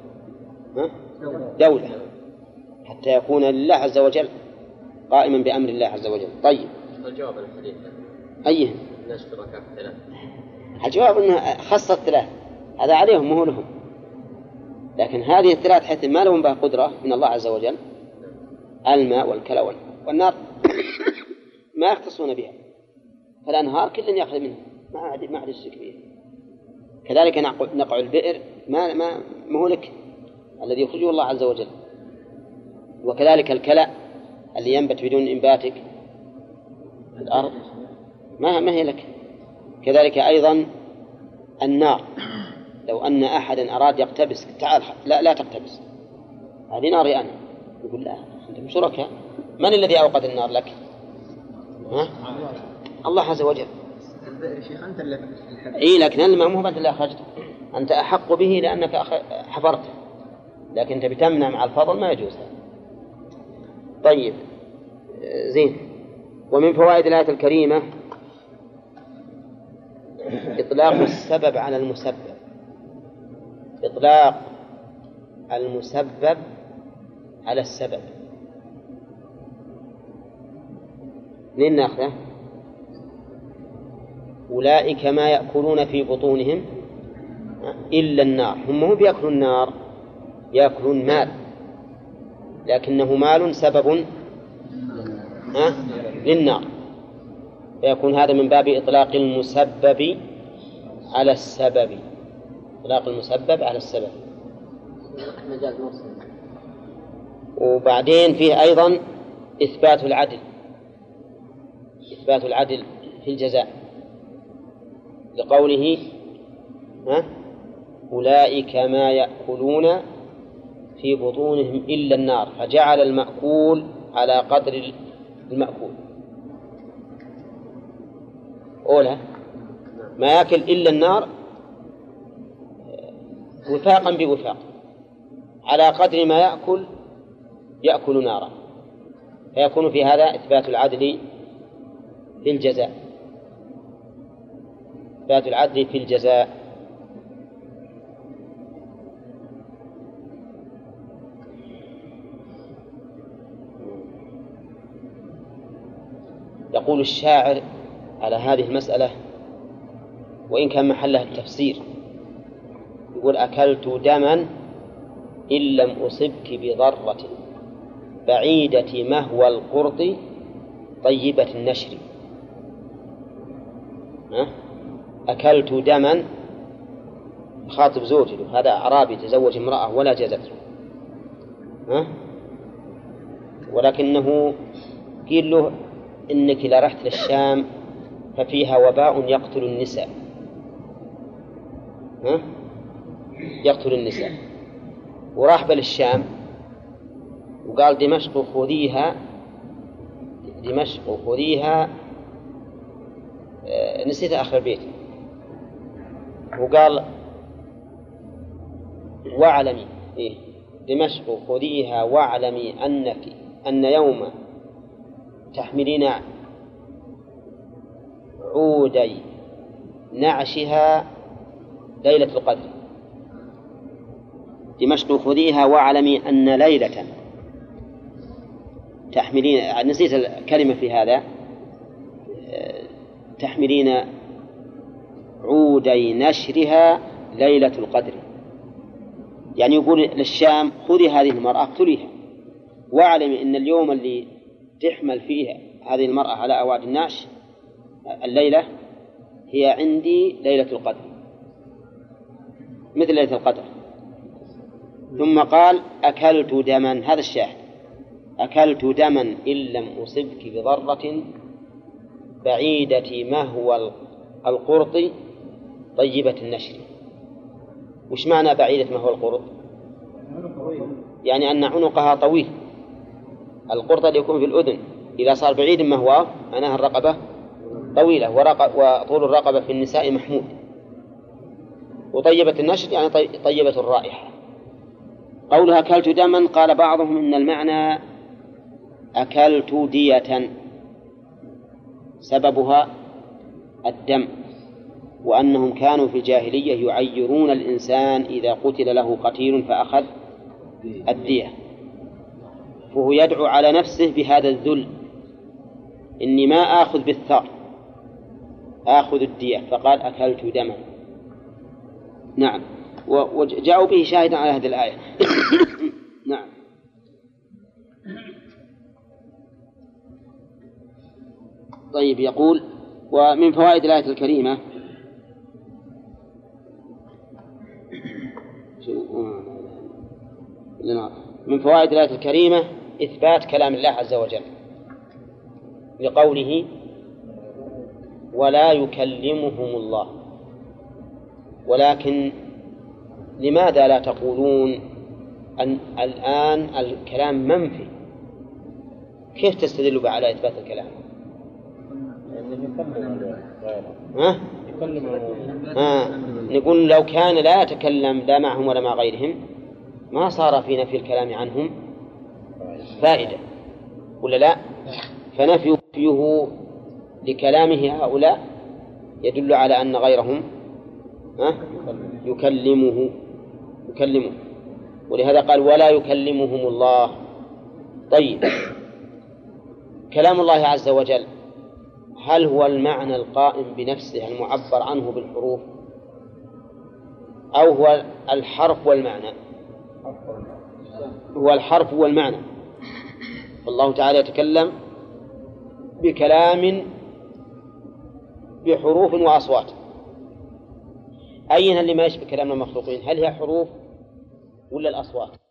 دولة، حتى يكون لله عز وجل قائما بأمر الله عز وجل. طيب، الجواب عن الحديث أيه؟ الناس شركاء في ثلاث. الجواب أنه خص الثلاث، هذا عليهم مو لهم. لكن هذه الثلاث حيث ما لهم بها قدرة من الله عز وجل: الماء والكلى والنار ما يختصون بها. فالأنهار كل يأخذ منها، ما عاد الشرك فيها. كذلك نقع البئر ما هو لك، الذي يخرجه الله عز وجل. وكذلك الكلى اللي ينبت بدون إنباتك في الأرض ما هي لك. كذلك أيضا النار، لو أن أحدا أراد يقتبس تعال لا تقتبس، هذه ناري أنا، يقول لا أنتم شركاء. من الذي أوقد النار لك؟ ها؟ الله عز وجل. إيه، لكن الماء مو أنت اللي أخرجته، أنت أحق به لأنك حفرته، لكن أنت بتمنع مع الفضل، ما يجوز. طيب زين. ومن فوائد الآية الكريمة إطلاق السبب على المسبب، إطلاق المسبب على السبب. منين ناخذه؟ أولئك ما يأكلون في بطونهم إلا النار. هم بيأكلون النار، يأكلون مال، لكنه مال سبب للنار، فيكون هذا من باب إطلاق المسبب على السبب، إطلاق المسبب على السبب. وبعدين فيه أيضا إثبات العدل، إثبات العدل في الجزاء، لقوله أولئك ما يأكلون في بطونهم إلا النار، فجعل المأكول على قدر المأكول. أولى ما يأكل إلا النار وفاقا بوفاق، على قدر ما يأكل نارا، فيكون في هذا إثبات العدل في الجزاء، إثبات العدل في الجزاء. يقول الشاعر على هذه المسألة، وإن كان محلها التفسير: يقول أكلت دما إن لم أصبك بضرة بعيدة مهوى القرط طيبة النشر. أكلت دما خاطب زوجي، هذا أعرابي تزوج امرأة ولا جازته، ولكنه قيل له إنك إذا رحت للشام ففيها وباء يقتل النساء، يقتل النساء، وراح بالشام وقال دمشق خذيها نسيت آخر البيت، وقال واعلمي دمشق خذيها واعلمي أن يوم تحملين عودي نعشها ليلة القدر. دمشق خذيها واعلمي أن ليلة تحملين، نسيت الكلمة في هذا، تحملين عودي نشرها ليلة القدر، يعني يقول للشام خذي هذه المرأة اقتليها، واعلمي أن اليوم اللي تحمل فيه هذه المرأة على أواد النعش الليلة هي عندي ليلة القدر مثل ليلة القدر. ثم قال أكلت دما، هذا الشاهد، أكلت دما إن لم أصبك بضرة بعيدة مهوى القرط طيبة النشر. وش معنى بعيدة مهوى القرط؟ يعني أن عنقها طويل، القرط اللي يكون في الأذن إذا صار بعيد مهواه معناها الرقبة طويلة، وطول الرقبة في النساء محمود. وطيبة النشر يعني طيبة الرائحة. قولها أكلت دما، قال بعضهم إن المعنى أكلت دية سببها الدم، وأنهم كانوا في الجاهلية يعيرون الإنسان إذا قتل له قتيل فأخذ الدية، فهو يدعو على نفسه بهذا الذل، إني ما آخذ بالثار، آخذ الدية، فقال أكلت دما. نعم، وجاءوا به شاهدا على هذه الآية. نعم. طيب، يقول ومن فوائد الآية الكريمة من فوائد الآية الكريمة إثبات كلام الله عز وجل لقوله ولا يكلمهم الله. ولكن لماذا لا تقولون أن الآن الكلام منفي؟ كيف تستدلوا على إثبات الكلام؟ نقول لو كان لا يتكلم لا معهم ولا مع غيرهم ما صار في نفي الكلام عنهم فائدة، ولا لا؟ فنفيه لكلامه هؤلاء يدل على أن غيرهم يكلمه، ولهذا قال ولا يكلمهم الله. طيب، كلام الله عز وجل هل هو المعنى القائم بنفسه المعبر عنه بالحروف، أو هو الحرف والمعنى؟ هو الحرف والمعنى. فالله تعالى يتكلم بكلام بحروف وأصوات. أين اللي ما يشبه كلام المخلوقين؟ هل هي حروف ولا الأصوات؟